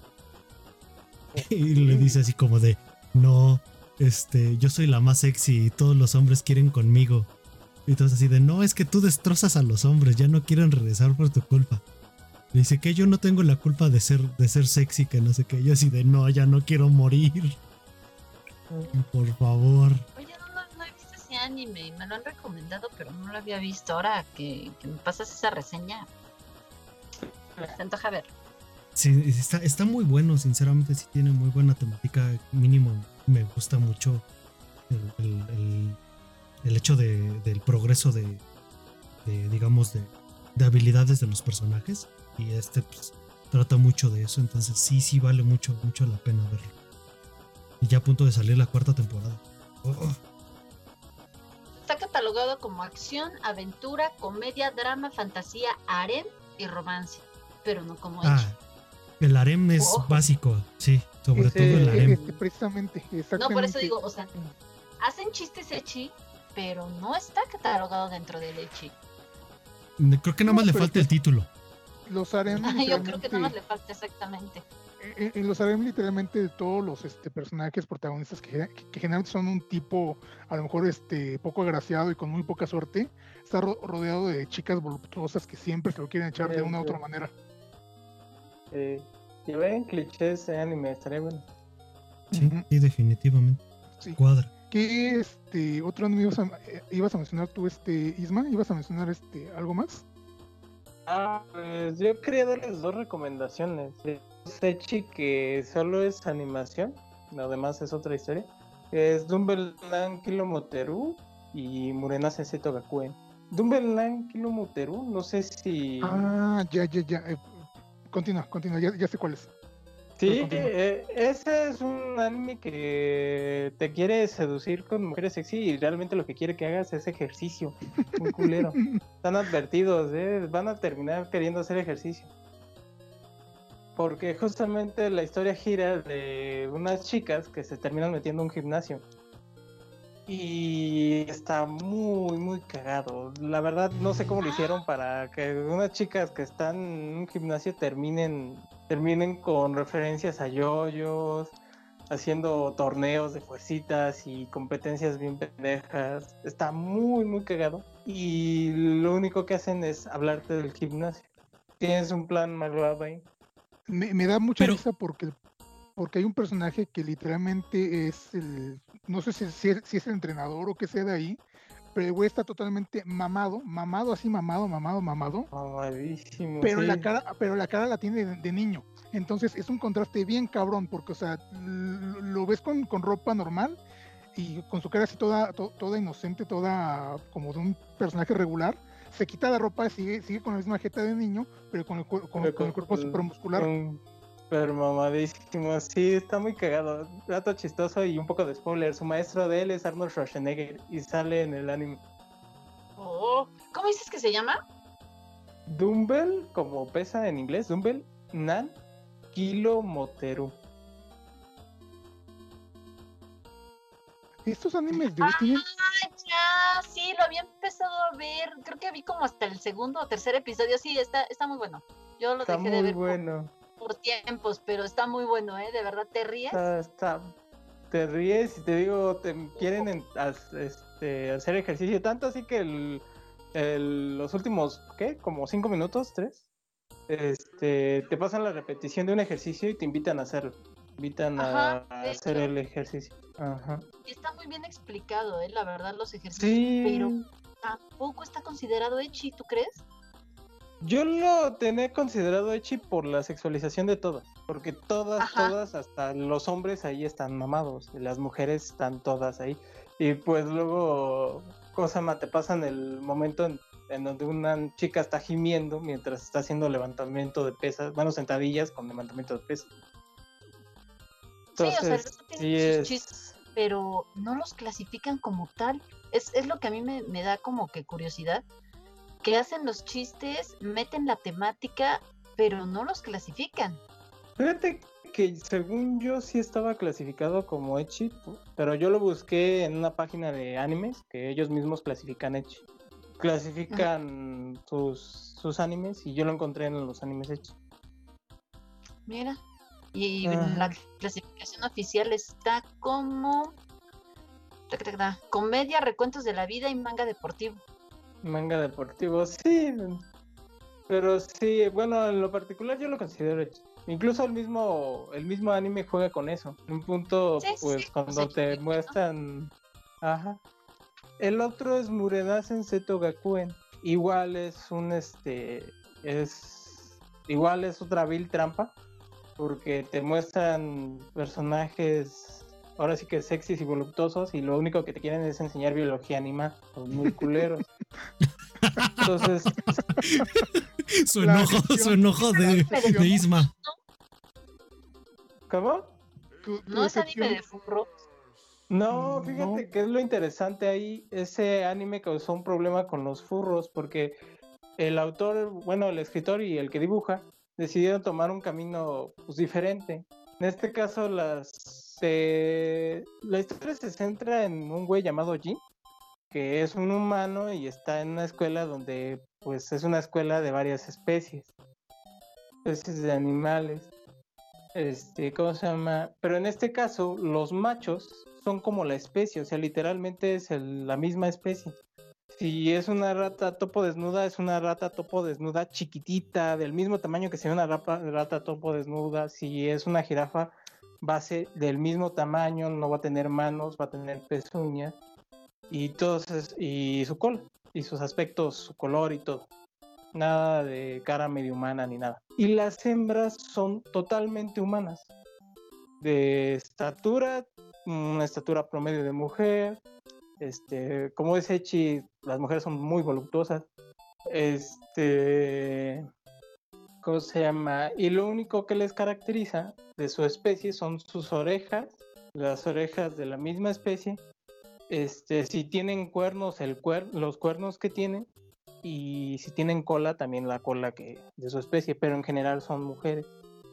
Y le dice así como de, no, este, yo soy la más sexy y todos los hombres quieren conmigo. Y entonces así de, no, es que tú destrozas a los hombres, ya no quieren regresar por tu culpa. Le dice que yo no tengo la culpa de ser, de ser sexy, que no sé qué. Yo así de, no, ya no quiero morir. Por favor. Oye, no, no, no he visto ese anime y me lo han recomendado, pero no lo había visto. Ahora que, que me pasas esa reseña, se antoja ver. Sí, está, está muy bueno, sinceramente sí tiene muy buena temática, mínimo me gusta mucho el, el, el, el hecho de, del progreso de, de digamos, de, de habilidades de los personajes, y este pues, trata mucho de eso, entonces sí, sí vale mucho, mucho la pena verlo. Y ya a punto de salir la cuarta temporada. Oh, oh. Está catalogado como acción, aventura, comedia, drama, fantasía, harem y romance, pero no como Ah, hecho. el harem es Oh. básico, sí, sobre Ese- todo el harem. Este, precisamente, exactamente. No, por eso digo, o sea, hacen chistes ecchi, pero no está catalogado dentro del ecchi. Creo que nada más No, le pero falta pues- el título. Los harem Yo creo que literalmente- nada más le falta exactamente. en, en los harem literalmente de todos los este, personajes protagonistas que, que, que generalmente son un tipo a lo mejor este poco agraciado y con muy poca suerte, está ro- rodeado de chicas voluptuosas que siempre se lo quieren echar de una u otra manera. Eh, si ven clichés de anime, estaría bueno. Sí, Ujú. sí, definitivamente. Sí. Cuadra. ¿Qué este otro anime ibas a, eh, ibas a mencionar tú, este Isma? ¿Ibas a mencionar este algo más? Ah, pues yo quería darles dos recomendaciones. Sechi, que solo es animación, lo demás es otra historia. Es Dumbelan Kilomoteru y Murena Sensei Togakuen. Dumbelan Kilomoteru, no sé si... Ah, ya, ya, ya. eh, continúa, continúa, ya, ya sé cuál es. Sí, continúa. eh, ese es un anime que te quiere seducir con mujeres sexy y realmente lo que quiere que hagas es ejercicio. Un culero. Están advertidos, ¿eh? Van a terminar queriendo hacer ejercicio. Porque justamente la historia gira de unas chicas que se terminan metiendo a un gimnasio. Y está muy, muy cagado. La verdad no sé cómo lo hicieron para que unas chicas que están en un gimnasio terminen, terminen con referencias a yoyos, haciendo torneos de fuercitas y competencias bien pendejas. Está muy, muy cagado. Y lo único que hacen es hablarte del gimnasio. Tienes un plan malvado ahí. Me, me da mucha Pero- risa porque, porque hay un personaje que literalmente es el, no sé si, si es- si es el entrenador o qué sea de ahí, pero el güey está totalmente mamado, mamado así, mamado, mamado, mamado, Mamadísimo. pero sí. la cara, pero la cara la tiene de, de niño. Entonces es un contraste bien cabrón, porque o sea, l- lo ves con, con ropa normal y con su cara así toda, to- toda inocente, toda como de un personaje regular. Se quita la ropa y sigue, sigue con la misma jeta de niño, pero con el, cuer- con, Pero con el cuerpo super muscular. con- Pero mamadísimo, sí, está muy cagado. Dato chistoso y un poco de spoiler. Su maestro de él es Arnold Schwarzenegger y sale en el anime. Oh, ¿cómo dices que se llama? Dumbbell, como pesa en inglés, Dumbbell, Nan, Kilo Moteru. Estos animes de hoy tienen, Ah, ya, sí, lo había empezado a ver. Creo que vi como hasta el segundo o tercer episodio. Sí, está, está muy bueno. Yo lo Está dejé de muy ver por- bueno. por, tiempos, pero está muy bueno, ¿eh? De verdad, ¿te ríes? Está, está- te ríes y te digo, te quieren en- as- este, hacer ejercicio. Tanto así que el, el- los últimos, ¿qué? Como cinco minutos, tres. Este, te pasan la repetición de un ejercicio y te invitan a hacerlo. Invitan a, Ajá, a de hacer hecho. el ejercicio. Ajá. Y está muy bien explicado, ¿eh? La verdad, los ejercicios. Sí. Pero tampoco está considerado ecchi, ¿tú crees? Yo lo tenía considerado ecchi por la sexualización de todas, porque todas, Ajá. todas, hasta los hombres ahí están mamados, y las mujeres están todas ahí. Y pues luego, cosa más, te pasan el momento en, en donde una chica está gimiendo mientras está haciendo levantamiento de pesas, bueno, sentadillas con levantamiento de pesas. Sí, o sea, Entonces, eso tiene sí sus es... chistes, pero no los clasifican como tal. Es, es lo que a mí me, me da como que curiosidad, que hacen los chistes, meten la temática, pero no los clasifican. Fíjate que según yo sí estaba clasificado como ecchi, pero yo lo busqué en una página de animes que ellos mismos clasifican ecchi. Clasifican sus, sus animes y yo lo encontré en los animes ecchi. Mira. Y Ajá. la clasificación oficial está como tac, tac, tac, comedia, recuentos de la vida y manga deportivo. Manga deportivo, sí. Pero sí, bueno, en lo particular yo lo considero ecchi. Incluso el mismo, el mismo anime juega con eso. Un punto, Sí, sí, pues sí, cuando pues, te sí, muestran. Ajá. El otro es Mureda Senseto Gakuen. Igual es un este. Es. Igual es otra vil trampa. Porque te muestran personajes. Ahora sí que sexys y voluptuosos. Y lo único que te quieren es enseñar biología animal. Son muy culeros. Entonces. Su La enojo, sección- su enojo de, de Isma. ¿Cómo? tu, tu No es anime decepción- de furro. No, Mm, fíjate no. que es lo interesante ahí. Ese anime causó un problema con los furros porque el autor, bueno, el escritor y el que dibuja decidieron tomar un camino pues, diferente. En este caso, las se- la historia se centra en un güey llamado Jin, que es un humano y está en una escuela donde, pues, es una escuela de varias especies, especies de animales. Este, ¿cómo se llama? Pero en este caso, los machos son como la especie, o sea, literalmente es el- la misma especie. Si es una rata topo desnuda, es una rata topo desnuda chiquitita, del mismo tamaño que sea una rapa- rata topo desnuda. Si es una jirafa, va a ser del mismo tamaño, no va a tener manos, va a tener pezuñas y todos es- y su cola y sus aspectos, su color y todo. Nada de cara medio humana ni nada. Y las hembras son totalmente humanas. De estatura, una estatura promedio de mujer. Este, como es ecchi, las mujeres son muy voluptuosas. Este, ¿cómo se llama? Y lo único que les caracteriza de su especie son sus orejas, las orejas de la misma especie. Este, si tienen cuernos, el cuer los cuernos que tienen. Y si tienen cola, también la cola que de su especie, pero en general son mujeres.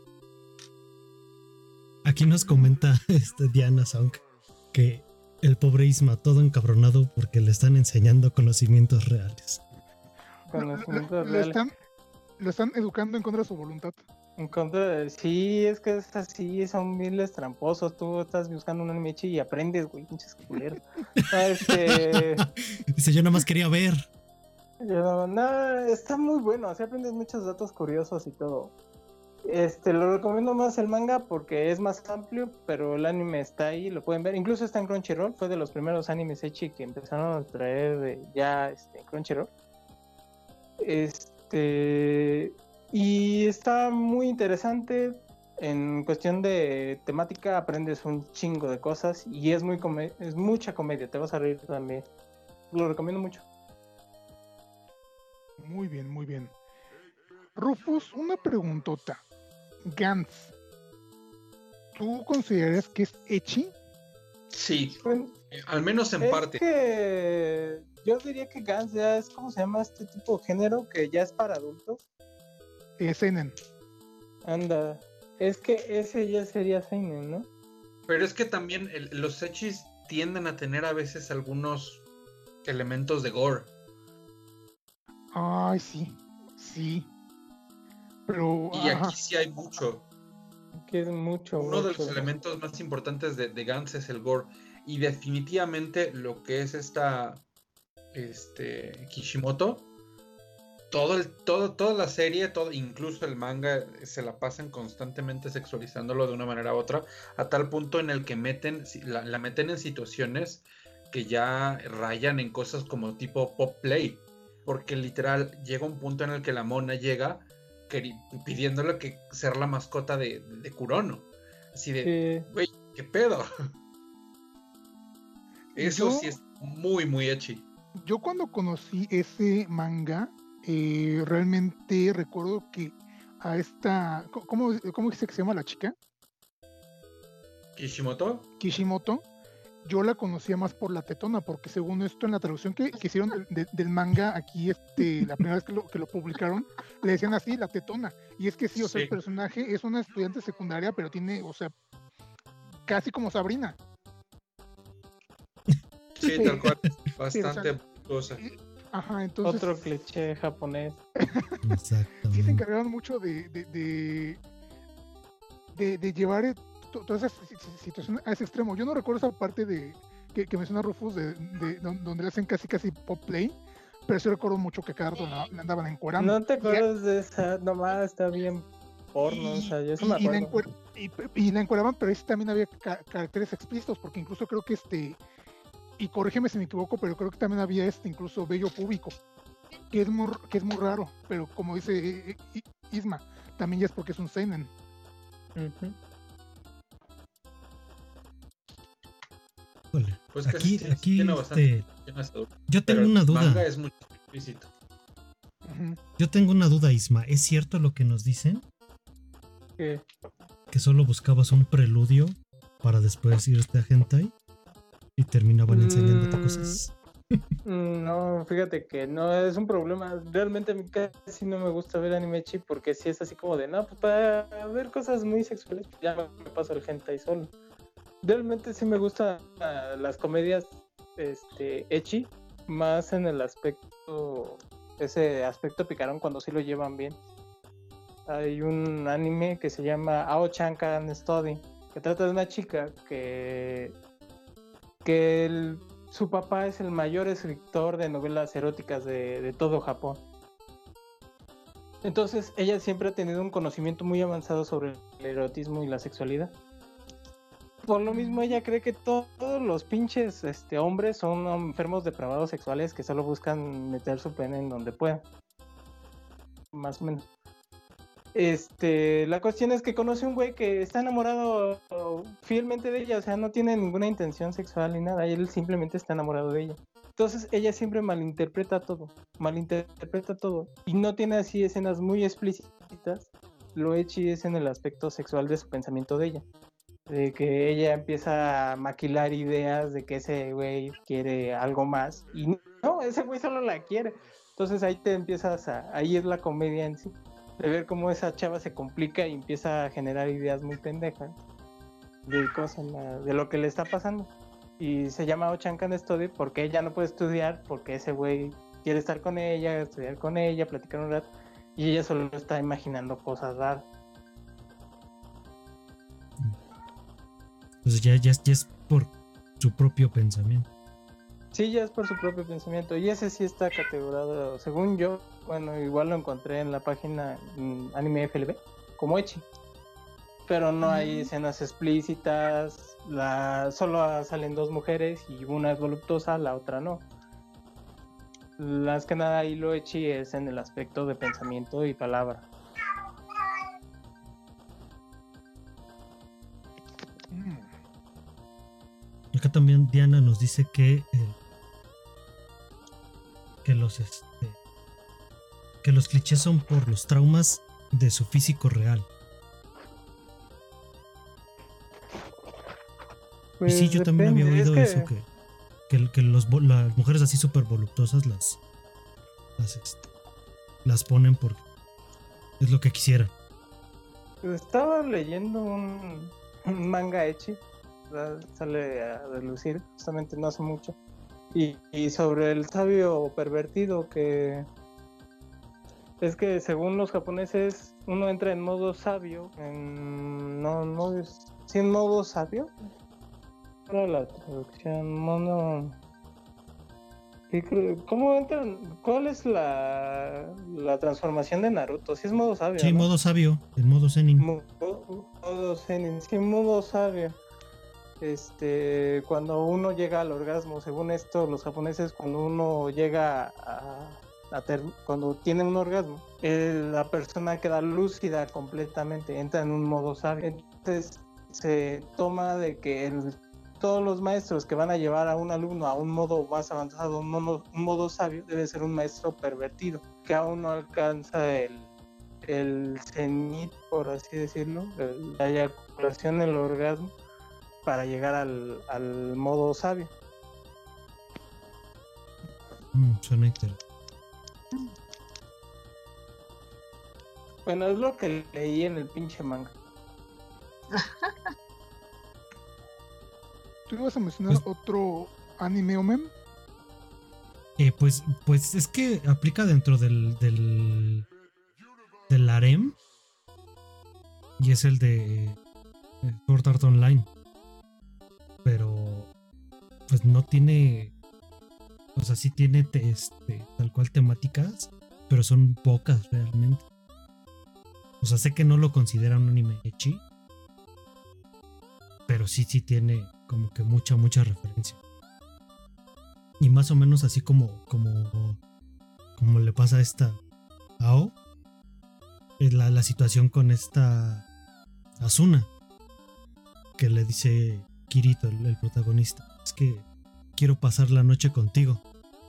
Aquí nos comenta este Diana Song que el pobre Isma todo encabronado porque le están enseñando conocimientos reales. Lo, lo- Conocimientos lo reales. están, lo están educando en contra de su voluntad. En contra de... Sí, es que es así, son miles tramposos. Tú estás buscando un anime y aprendes, güey, pinches culeros. Ah, este... Dice, yo nada más quería ver. Yo no, no, está muy bueno, así aprendes muchos datos curiosos y todo. Este, lo recomiendo más el manga porque es más amplio, pero el anime está ahí, lo pueden ver. Incluso está en Crunchyroll, fue de los primeros animes ecchi que empezaron a traer de ya este, en Crunchyroll. Este, y está muy interesante. En cuestión de temática aprendes un chingo de cosas y es muy come- es mucha comedia, te vas a reír también. Lo recomiendo mucho. Muy bien, muy bien. Rufus, una preguntota. Gantz, ¿tú consideras que es ecchi? Sí, Bueno, eh, al menos en es parte. que yo diría que Gantz ya es, ¿cómo se llama este tipo de género? Que ya es para adultos. Eh, seinen. Anda, es que ese ya sería seinen, ¿no? Pero es que también el- los echis tienden a tener a veces algunos elementos de gore. Ay, sí, sí. Pero, Y ajá, aquí sí hay mucho. Que es mucho, Uno de mucho. los elementos más importantes de, de Gantz es el gore. Y definitivamente lo que es esta este Kishimoto, todo el, todo, toda la serie, todo, incluso el manga, se la pasan constantemente sexualizándolo de una manera u otra, a tal punto en el que meten, la, la meten en situaciones que ya rayan en cosas como tipo pop play. Porque literal llega un punto en el que la mona llega queri- pidiéndole que ser la mascota de, de Kurono. Así de, Sí. güey, ¿qué pedo? Eso Yo- sí es muy, muy ecchi. yo cuando conocí ese manga, eh, realmente recuerdo que a esta, co- ¿cómo, cómo dice que se llama la chica? Kishimoto. Kishimoto, yo la conocía más por la tetona, porque según esto en la traducción que, que hicieron del, de- del manga aquí, este, la primera vez que lo, que lo publicaron, le decían así, la tetona. Y es que sí, o sea, Sí. el personaje es una estudiante secundaria, pero tiene, o sea, casi como Sabrina. Sí, tal cual. Bastante o sea, cosa. Ajá, entonces Otro cliché japonés. sí se Exactamente. encargaron mucho de, de, de, de, de llevar eh, to- toda esa si- si- situación a ese extremo. Yo no recuerdo esa parte de que, que menciona Rufus, de, de don- donde le hacen casi casi pop play, pero sí recuerdo mucho que cada rato la, la andaban encuerando. No te Y- acuerdas de esa, nomás está bien porno, o sea, yo eso me y, y la acuerdo. encuer- y- y la encueraban, pero ahí sí también había ca- caracteres explícitos, porque incluso creo que este, y corrígeme si me equivoco, pero creo que también había este incluso vello púbico, que es muy, que es muy raro, pero como dice eh, eh, Isma, también ya es porque es un seinen. Ujú. Híjole, Pues que aquí, sí, sí, aquí, tiene bastante este, escenas adultas, yo tengo pero una el duda. manga es muy explícito. Ujú. Yo tengo una duda, Isma. ¿Es cierto lo que nos dicen? ¿Qué? Que solo buscabas un preludio para después irte a hentai y terminaban enseñándote Mm. cosas. Mm, No, fíjate que no es un problema. Realmente a mí casi no me gusta ver anime ecchi porque si es así como de, no, pues para ver cosas muy sexuales, pues ya me paso el hentai solo. Realmente sí me gustan ah, las comedias este, ecchi, más en el aspecto, ese aspecto picarón cuando sí lo llevan bien. Hay un anime que se llama Ao-chan Can Study, que trata de una chica que, que el- su papá es el mayor escritor de novelas eróticas de, de todo Japón. Entonces ella siempre ha tenido un conocimiento muy avanzado sobre el erotismo y la sexualidad. Por lo mismo ella cree que to- todos los pinches este, hombres son enfermos depravados sexuales que solo buscan meter su pene en donde puedan. Más o menos. Este, la cuestión es que conoce un güey que está enamorado fielmente de ella, o sea, no tiene ninguna intención sexual ni nada, él simplemente está enamorado de ella. Entonces ella siempre malinterpreta todo, malinterpreta todo, y no tiene así escenas muy explícitas. Lo ecchi es en el aspecto sexual de su pensamiento de ella, de que ella empieza a maquilar ideas de que ese güey quiere algo más, y no, ese güey solo la quiere. Entonces ahí te empiezas a, ahí es la comedia en sí, de ver cómo esa chava se complica y empieza a generar ideas muy pendejas de cosas, de lo que le está pasando. Y se llama Ao-chan Can Study porque ella no puede estudiar, porque ese güey quiere estar con ella, estudiar con ella, platicar un rato, y ella solo está imaginando cosas raras. Entonces ya, ya, ya es por su propio pensamiento. Sí, ya es por su propio pensamiento. Y ese sí está categorizado, según yo, bueno, igual lo encontré en la página mm, Anime F L B, como ecchi. Pero no hay escenas explícitas, la, solo salen dos mujeres y una es voluptuosa, la otra no. Más que nada ahí lo ecchi es en el aspecto de pensamiento y palabra. Acá también Diana nos dice que eh, que los este, que los clichés son por los traumas de su físico real. Pues y sí, yo depende, también había oído es eso, que, que, que los, las mujeres así súper voluptuosas las, las, este, las ponen porque es lo que quisieran. Estaba leyendo un, un manga ecchi, sale a relucir justamente no hace mucho, y, y sobre el sabio pervertido, que es que según los japoneses uno entra en modo sabio, en, no, no es, sí, en modo sabio. Para la traducción, mono. ¿Cómo entran? ¿Cuál es la, la transformación de Naruto? Si es modo sabio. Sí, ¿no? modo sabio, el modo Zenin. Modo, modo Zenin, sí, modo sabio. Este, cuando uno llega al orgasmo, según esto, los japoneses, cuando uno llega a, a ter, cuando tiene un orgasmo, eh, la persona queda lúcida completamente, entra en un modo sabio. Entonces se toma de que el todos los maestros que van a llevar a un alumno a un modo más avanzado, un modo, un modo sabio, debe ser un maestro pervertido, que aún no alcanza el, el cenit, por así decirlo, el, la eyaculación, el orgasmo, para llegar al, al modo sabio. Mm, suena interesante. Bueno, es lo que leí en el pinche manga. ¿Tú ibas a mencionar pues, otro anime o meme? Eh, pues, pues es que aplica dentro del, del, del harem. Y es el de Sword Art Online. Pero pues no tiene, o sea, sí tiene este, tal cual temáticas, pero son pocas realmente. O sea, sé que no lo considera un anime ecchi, pero sí, sí tiene como que mucha, mucha referencia. Y más o menos así como, como, como le pasa a esta Ao, es la, la situación con esta Asuna, que le dice Kirito, el, el protagonista, es que quiero pasar la noche contigo.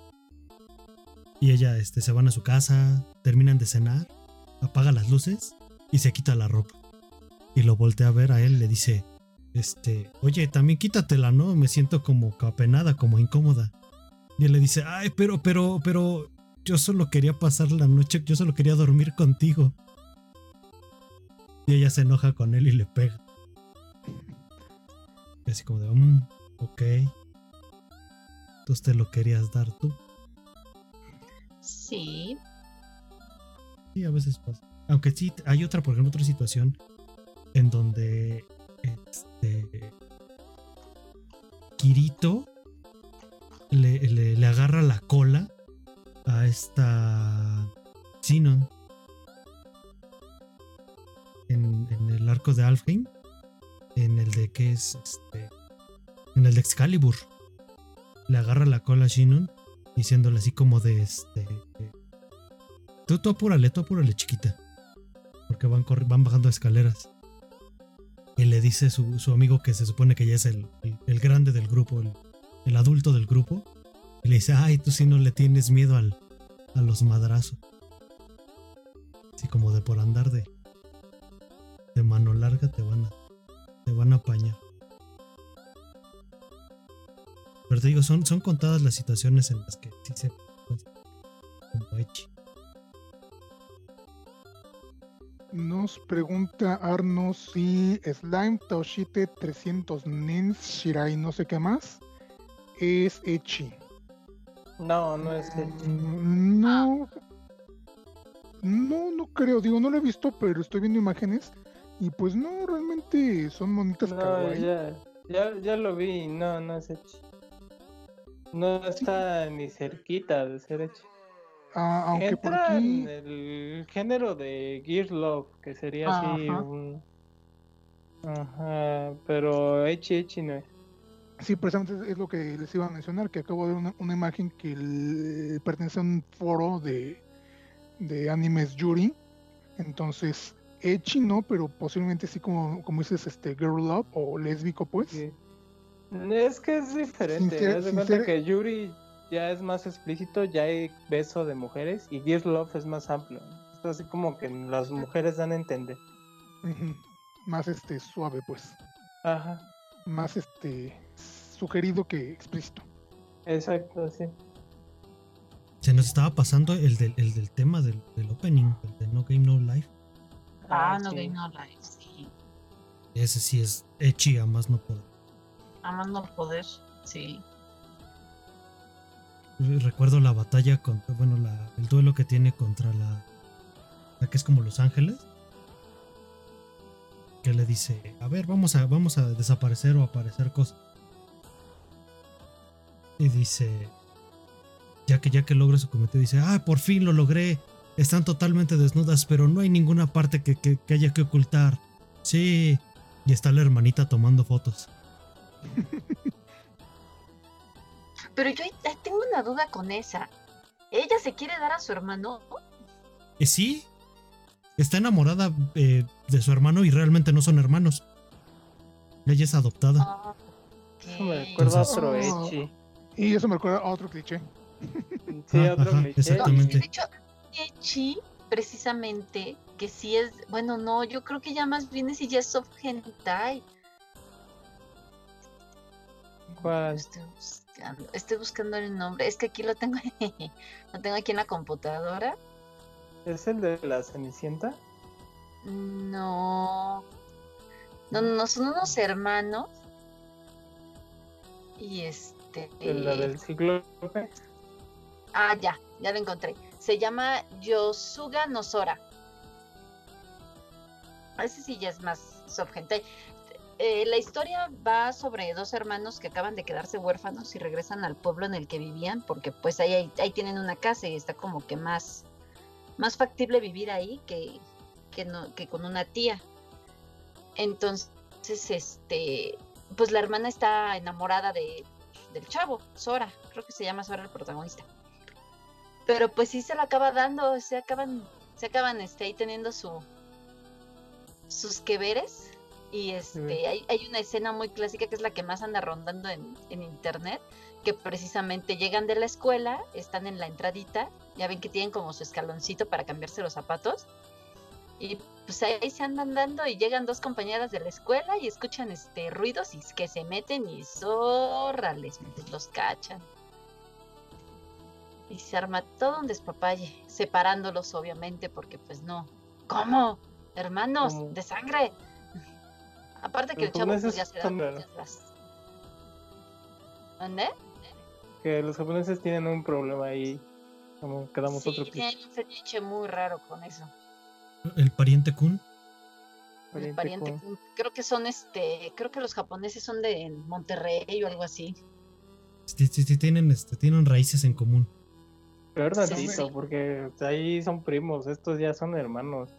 Y ella este, se van a su casa, terminan de cenar, apaga las luces y se quita la ropa. Y lo voltea a ver a él, le dice, este, oye, también quítatela, ¿no? Me siento como apenada, como incómoda. Y él le dice, ay, pero, pero, pero, yo solo quería pasar la noche, yo solo quería dormir contigo. Y ella se enoja con él y le pega. Y así como de, mmm, ok. Entonces te lo querías dar tú. Sí. Sí, a veces pasa. Aunque sí, hay otra, por ejemplo, otra situación en donde este Kirito le, le, le agarra la cola a esta Sinon en, en el arco de Alfheim, en el de que es este en el de Excalibur, le agarra la cola a Sinon diciéndole así como de este eh, tú, tú apúrale, tú apúrale, chiquita, porque van, corri- van bajando escaleras. Y le dice su, su amigo, que se supone que ya es el, el, el grande del grupo, el, el adulto del grupo, y le dice, ay, tú sí no le tienes miedo al, a los madrazos. Así como de por andar de, de mano larga te van a, te van a apañar. Pero te digo, son, son contadas las situaciones en las que sí se pues, como ecchi. Nos pregunta Arno si Slime Taoshite trescientos Nins Shirai no sé qué más es ecchi. No, no es ecchi. Mm, No, no, no creo, digo, no lo he visto, pero estoy viendo imágenes y pues no, realmente son monitas No, kawaii. ya. Ya, ya lo vi, no, no es ecchi. No está ni cerquita de ser ecchi. Ah, aunque por Entra aquí... en el género de Gear Love, que sería así Ajá. un... Ajá, pero ecchi ecchi no es. Sí, precisamente es lo que les iba a mencionar, que acabo de ver una, una imagen que el- pertenece a un foro de, de animes Yuri. Entonces, ecchi no, pero posiblemente sí, como, como dices, este girl love o lésbico, pues. Sí. Es que es Sin diferente, ser, haz de sin cuenta ser- que Yuri ya es más explícito, ya hay beso de mujeres y Gear Love es más amplio. Es así como que las mujeres dan a entender. ujú, más este suave, pues. Ajá, Más este sugerido que explícito. exacto, sí. Se nos estaba pasando el del, el del tema del, del opening, el de No Game No Life. Ah, no sí. Game No Life, sí. Ese sí es ecchi a más no poder. A más no poder, sí. Recuerdo la batalla contra, bueno, la, el duelo que tiene contra la, la que es como Los Ángeles. Que le dice, a ver, vamos a, vamos a desaparecer o aparecer cosas. Y dice, ya que ya que logra su cometido, dice, ah, por fin lo logré. Están totalmente desnudas, pero no hay ninguna parte que, que, que haya que ocultar. Sí. Y está la hermanita tomando fotos. Pero yo ahí tengo una duda con esa. ¿Ella se quiere dar a su hermano? Eh, sí. Está enamorada eh, de su hermano y realmente no son hermanos. Ella es adoptada. Ah, Eso me ok. recuerda a Entonces- otro Oh. ecchi. Y eso me recuerda a otro cliché. Sí, Ah, otro ajá, cliché. exactamente. No, de hecho, ecchi, precisamente, que sí es, bueno, no, yo creo que ya más bien es si ya es soft hentai. ¿Cuál? Estoy buscando, estoy buscando el nombre, es que aquí lo tengo, lo tengo aquí en la computadora. ¿Es el de la Cenicienta? No, no, no, son unos hermanos. Y este. ¿El la del cíclope? Ah, ya, ya lo encontré. Se llama Yosuga no Sora. Ese sí ya es más soft hentai. Eh, la historia va sobre dos hermanos que acaban de quedarse huérfanos y regresan al pueblo en el que vivían, porque pues ahí, ahí, ahí tienen una casa y está como que más, más factible vivir ahí que, que, no, que con una tía. Entonces, este, pues la hermana está enamorada de, del chavo, Sora, creo que se llama Sora el protagonista. Pero pues sí se la acaba dando, se acaban, se acaban este, ahí teniendo su sus que veres. Y este, hay, hay una escena muy clásica que es la que más anda rondando en, en internet, que precisamente llegan de la escuela, están en la entradita, ya ven que tienen como su escaloncito para cambiarse los zapatos, y pues ahí se andan dando y llegan dos compañeras de la escuela y escuchan este ruidos y que se meten y zorra, les los cachan. Y se arma todo un despapalle, separándolos obviamente porque pues no. ¿Cómo? Hermanos, ¿Cómo? de sangre. Aparte que Los el chavo pues japoneses ya se da son cuenta raros. las... ¿Dónde? Que los japoneses tienen un problema ahí. Como quedamos Sí, otro clip. tienen un fetiche muy raro con eso. El pariente Kun. El Pariente pariente, Kun. Kun. Creo que son este, creo que los japoneses son de Monterrey o algo así. Sí, sí, sí, tienen, este, tienen raíces en común. Peor Sí, tantito, sí. porque ahí son primos, estos ya son hermanos.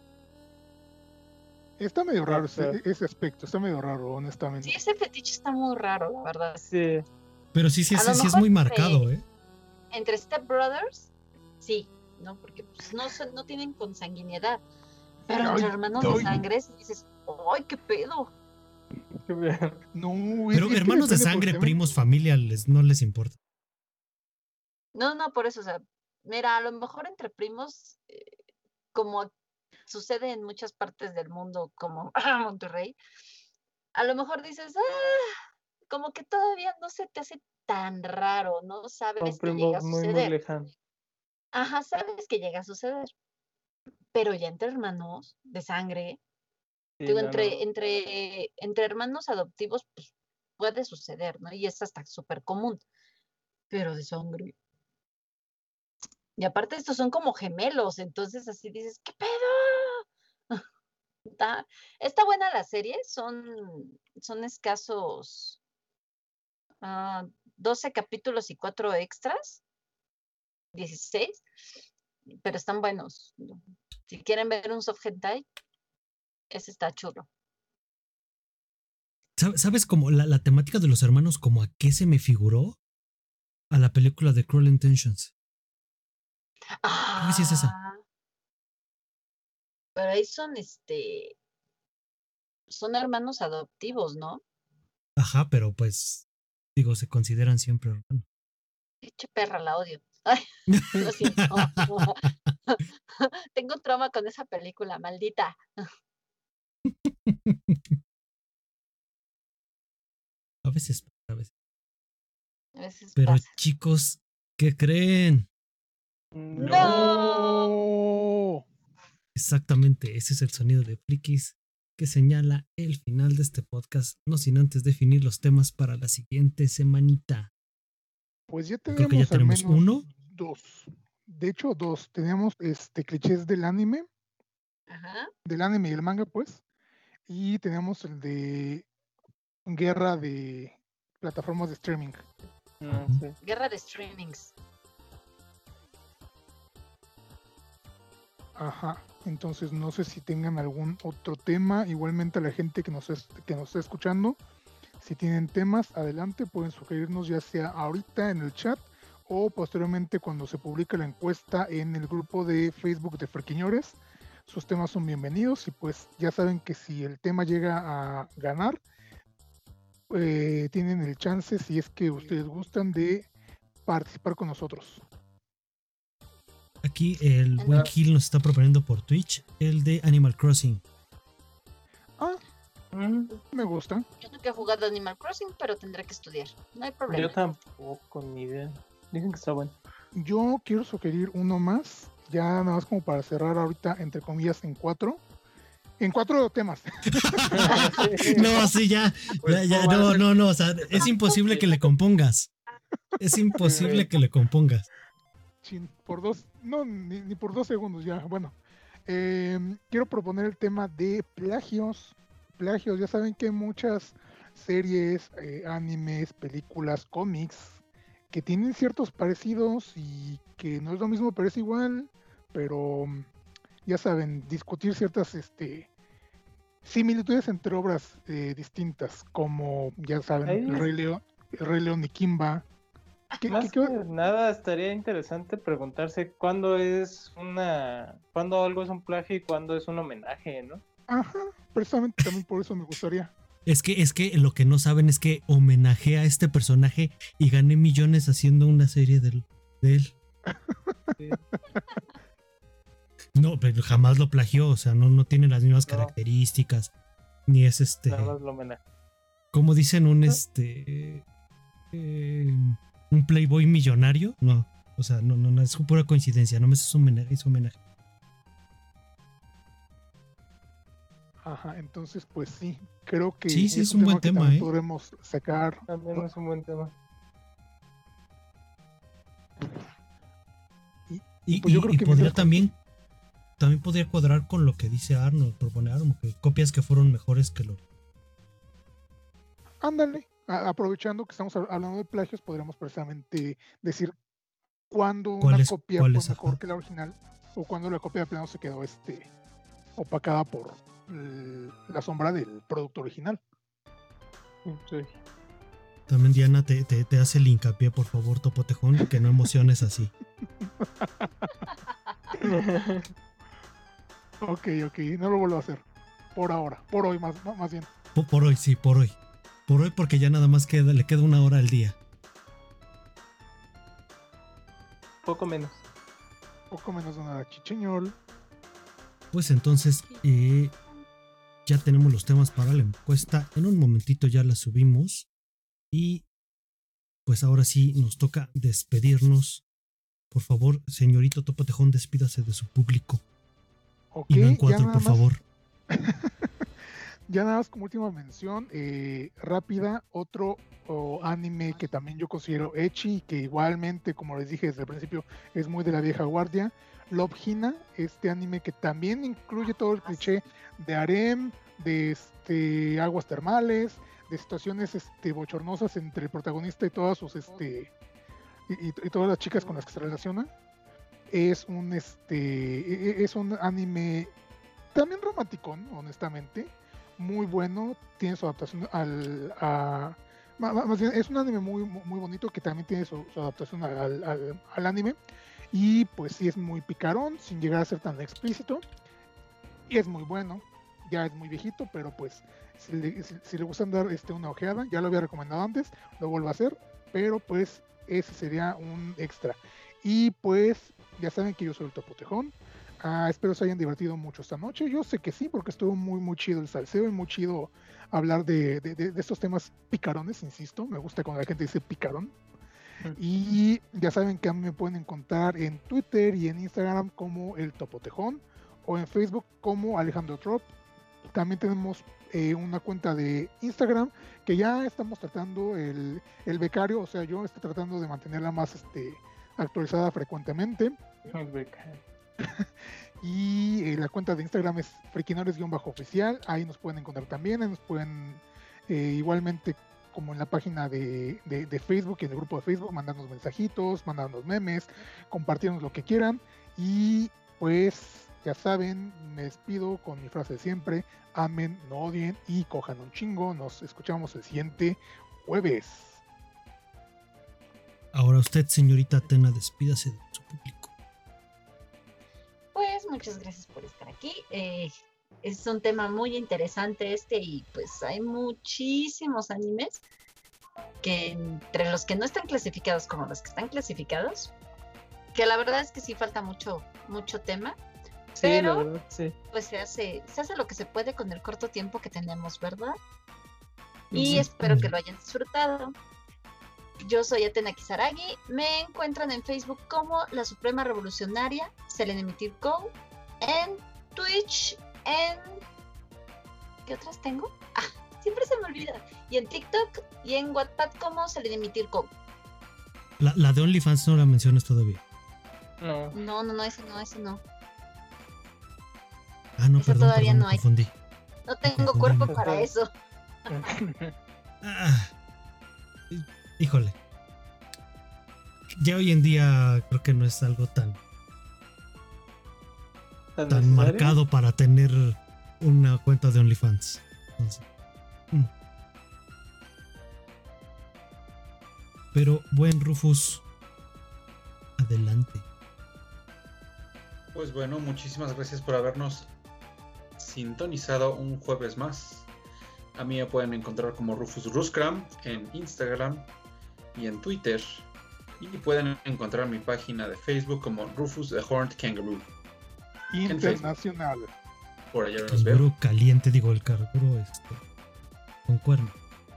Está medio Ah, raro ese, pero- ese aspecto, está medio raro, honestamente. Sí, ese fetiche está muy raro, la verdad. Sí, Pero sí, sí, A sí, lo sí es mejor muy entre- marcado, ¿eh? Entre Step Brothers, sí, ¿no? Porque pues, no, son- no tienen consanguinidad. Pero entre Ay, hermanos ay. de sangre, sí dices, ¡ay, qué pedo! No, es- Pero es que hermanos de depende sangre, porque primos, familia, les, no les importa. No, no, por eso, o sea, mira, a lo mejor entre primos, eh, como sucede en muchas partes del mundo, como Monterrey, a lo mejor dices, ah, como que todavía no se te hace tan raro, ¿no? son Sabes que llega a primos muy, muy suceder. lejanos. Ajá, sabes que llega a suceder. Pero ya entre hermanos de sangre, Sí, digo, no, entre, no. entre, entre hermanos adoptivos, pues puede suceder, ¿no? Y es hasta súper común. Pero de sangre. Y aparte estos son como gemelos, entonces así dices, ¿qué pedo? Está, está buena la serie, son, son escasos uh, doce capítulos y cuatro extras, dieciséis, pero están buenos. Si quieren ver un soft hentai, ese está chulo. ¿Sabes como la, la temática de los hermanos, como a qué se me figuró? A la película de Cruel Intentions. Ah, a ver si es esa. Pero ahí son este son hermanos adoptivos, ¿no? Ajá, pero pues digo, se consideran siempre hermanos. Eche perra, la odio. Ay, lo siento. Tengo un trauma con esa película, maldita. A veces, a veces. A veces Pero pasa. chicos, ¿qué creen? ¡No! Exactamente, ese es el sonido de Frikis que señala el final de este podcast, no sin antes definir los temas para la siguiente semanita. Pues ya Creo tenemos, que ya al tenemos menos uno. dos. De hecho, dos. Teníamos este clichés del anime, Ajá. del anime y el manga, pues. Y tenemos el de guerra de plataformas de streaming. No, sí. Guerra de streamings. Ajá. Entonces no sé si tengan algún otro tema. Igualmente a la gente que nos, es, que nos está escuchando, si tienen temas, adelante, pueden sugerirnos ya sea ahorita en el chat o posteriormente cuando se publique la encuesta en el grupo de Facebook de Frequiñores. Sus temas son bienvenidos y pues ya saben que si el tema llega a ganar, eh, tienen el chance, si es que ustedes gustan, de participar con nosotros. Aquí el buen Gil nos está proponiendo por Twitch el de Animal Crossing. Ah, mm, me gusta. Yo nunca he jugado Animal Crossing, pero tendré que estudiar. No hay problema. Yo tampoco, ni idea. Dicen que está bueno. Yo quiero sugerir uno más, ya nada más como para cerrar ahorita, entre comillas, en cuatro. En cuatro temas. No, sí, ya, ya, ya, no, no, no, o sea, es imposible que le compongas. Es imposible que le compongas. Chin, por dos, no, ni, ni por dos segundos ya. Bueno, eh, quiero proponer el tema de plagios. Plagios, ya saben que hay muchas series, eh, animes, películas, cómics que tienen ciertos parecidos y que no es lo mismo, pero es igual. Pero ya saben, discutir ciertas este, similitudes entre obras eh, distintas, como ya saben, el Rey León, el Rey León y Kimba. ¿Qué, Más qué, qué... que nada, estaría interesante preguntarse cuándo es una, cuándo algo es un plagio y cuándo es un homenaje, ¿no? Ajá, precisamente también por eso me gustaría. Es que, es que lo que no saben es que homenajea a este personaje y gané millones haciendo una serie de, de él. Sí. No, pero jamás lo plagió, o sea, no, no tiene las mismas no. características, ni es este. Nada más lo homenaje. Como dicen, un este. Eh, un playboy millonario, no, o sea, no, no, no es pura coincidencia, no me es homenaje, es homenaje. Ajá, entonces pues sí, creo que sí, sí es, es un, un buen tema, eh. Podremos sacar. También es un buen tema. Y, y, pues yo creo y que podría también, también podría cuadrar con lo que dice Arnold, propone Arnold, que copias que fueron mejores que lo. Ándale. Aprovechando que estamos hablando de plagios, podríamos precisamente decir cuándo una copia fue mejor ajá? que la original o cuándo la copia de plano se quedó este opacada por el, la sombra del producto original. Sí. También Diana te, te, te hace el hincapié, por favor, Topotejón, que no emociones así. Ok, ok, no lo vuelvo a hacer. Por ahora, por hoy más, más bien. Por, por hoy, sí, por hoy. Por hoy porque ya nada más queda, le queda una hora al día. Poco menos. Poco menos de una chicheñol. Pues entonces eh, ya tenemos los temas para la encuesta. En un momentito ya la subimos. Y pues ahora sí nos toca despedirnos. Por favor, señorito Topotejón, despídase de su público. Okay, y no en cuatro, por más... favor. Ya nada más como última mención, eh, rápida, otro oh, anime que también yo considero ecchi, que igualmente, como les dije desde el principio, es muy de la vieja guardia, Love Hina, este anime que también incluye todo el cliché de harem, de este, aguas termales, de situaciones este, bochornosas entre el protagonista y todas sus este y, y todas las chicas con las que se relaciona. Es un este es un anime también romanticón, honestamente, muy bueno, tiene su adaptación al a, más bien, es un anime muy muy bonito que también tiene su, su adaptación al, al, al anime, y pues sí es muy picarón sin llegar a ser tan explícito, y es muy bueno. Ya es muy viejito, pero pues si le, si, si le gusta dar este, una ojeada, ya lo había recomendado antes, lo vuelvo a hacer, pero pues ese sería un extra. Y pues ya saben que yo soy el Topotejón. Uh, espero se hayan divertido mucho esta noche. Yo sé que sí, porque estuvo muy muy chido el salseo y muy chido hablar de, de, de, de estos temas picarones, insisto. Me gusta cuando la gente dice picarón. Y ya saben que a mí me pueden encontrar en Twitter y en Instagram como el Topotejón, o en Facebook como Alejandro Trop. También tenemos eh, una cuenta de Instagram que ya estamos tratando el, el becario, o sea, yo estoy tratando de mantenerla más este, actualizada frecuentemente. El becario. Y eh, la cuenta de Instagram es friquinores-oficial, ahí nos pueden encontrar también, ahí nos pueden eh, igualmente como en la página de, de, de Facebook y en el grupo de Facebook, mandarnos mensajitos, mandarnos memes, compartirnos lo que quieran. Y pues ya saben, me despido con mi frase de siempre: amen, no odien y cojan un chingo. Nos escuchamos el siguiente jueves. Ahora usted, señorita Atena, despídase de su público. Pues muchas gracias por estar aquí. Eh, es un tema muy interesante este, y pues hay muchísimos animes que entre los que no están clasificados como los que están clasificados, que la verdad es que sí falta mucho, mucho tema. Sí, pero la verdad, sí. Pues se hace, se hace lo que se puede con el corto tiempo que tenemos, ¿verdad? Y Sí. espero que lo hayan disfrutado. Yo soy Atena Kisaragi. Me encuentran en Facebook como La Suprema Revolucionaria, Selene Emitir Co. En Twitch, en... ¿qué otras tengo? Ah, siempre se me olvida. Y en TikTok y en Wattpad como Selene Emitir Co. La, la de OnlyFans no la mencionas todavía. No. No, no, no, ese no, ese no. Ah, no, Esa perdón, todavía perdón, no me hay. confundí. No tengo cuerpo para eso. Ah, híjole. Ya hoy en día creo que no es algo tan, ¿Tan tan necesario? marcado para tener una cuenta de OnlyFans. Entonces, mm. Pero buen Rufus, adelante. Pues bueno, muchísimas gracias por habernos sintonizado un jueves más. A mí me pueden encontrar como Rufus Ruskram en Instagram y en Twitter. Y pueden encontrar mi página de Facebook como Rufus the Horned Kangaroo. Internacional. Por allá los veo. Canguro caliente, digo, el canguro este, con cuerno.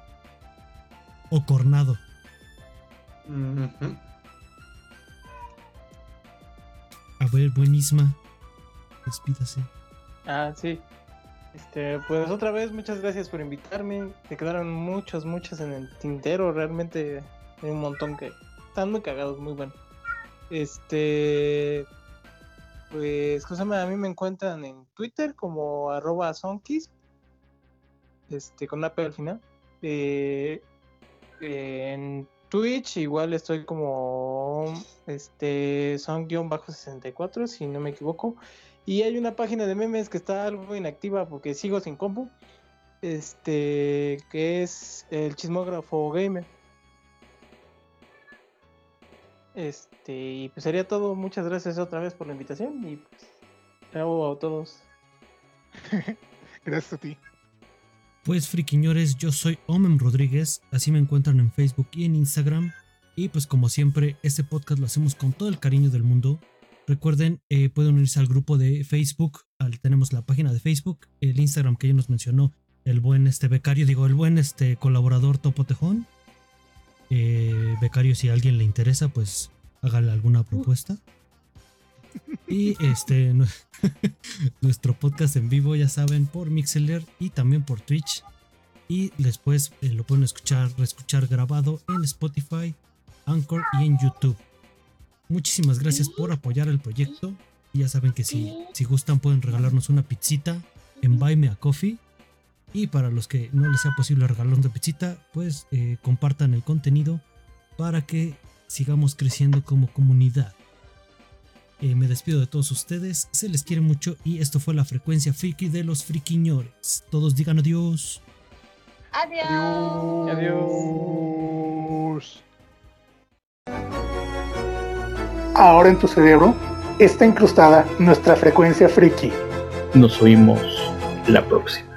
O cornado. Uh-huh. A ver, buenísima. Despídase. Ah, sí. Este, pues otra vez, muchas gracias por invitarme. Se quedaron muchos, muchos en el tintero. Realmente hay un montón que están muy cagados, muy buenos. Este, pues, ¿cómo se llama? A mí me encuentran en Twitter como arroba sonkis, este, con una P al final. Eh, eh, en Twitch igual estoy como este son-sesenta y cuatro, si no me equivoco. Y hay una página de memes que está algo inactiva porque sigo sin compu. Este, que es el Chismógrafo Gamer. Este, y pues sería todo. Muchas gracias otra vez por la invitación. Y pues, chao a todos. Gracias a ti. Pues friquiñores, yo soy Omen Rodríguez, así me encuentran en Facebook y en Instagram. Y pues como siempre, este podcast lo hacemos con todo el cariño del mundo. Recuerden, eh, pueden unirse al grupo de Facebook, al, tenemos la página de Facebook, el Instagram que ya nos mencionó el buen este becario, digo, el buen este colaborador Topotejón. Eh, becario, si a alguien le interesa, pues hágale alguna propuesta. Y este nuestro podcast en vivo, ya saben, por Mixlr y también por Twitch. Y después eh, lo pueden escuchar, reescuchar grabado en Spotify, Anchor y en YouTube. Muchísimas gracias por apoyar el proyecto. Y ya saben que si, si gustan pueden regalarnos una pizzita en Buy Me a Coffee. Y para los que no les sea posible regalar una pizzita, pues eh, compartan el contenido para que sigamos creciendo como comunidad. Eh, me despido de todos ustedes, se les quiere mucho y esto fue la frecuencia friki de los friquiñores. Todos digan adiós. Adiós. Adiós. Ahora en tu cerebro está incrustada nuestra frecuencia friki. Nos oímos la próxima.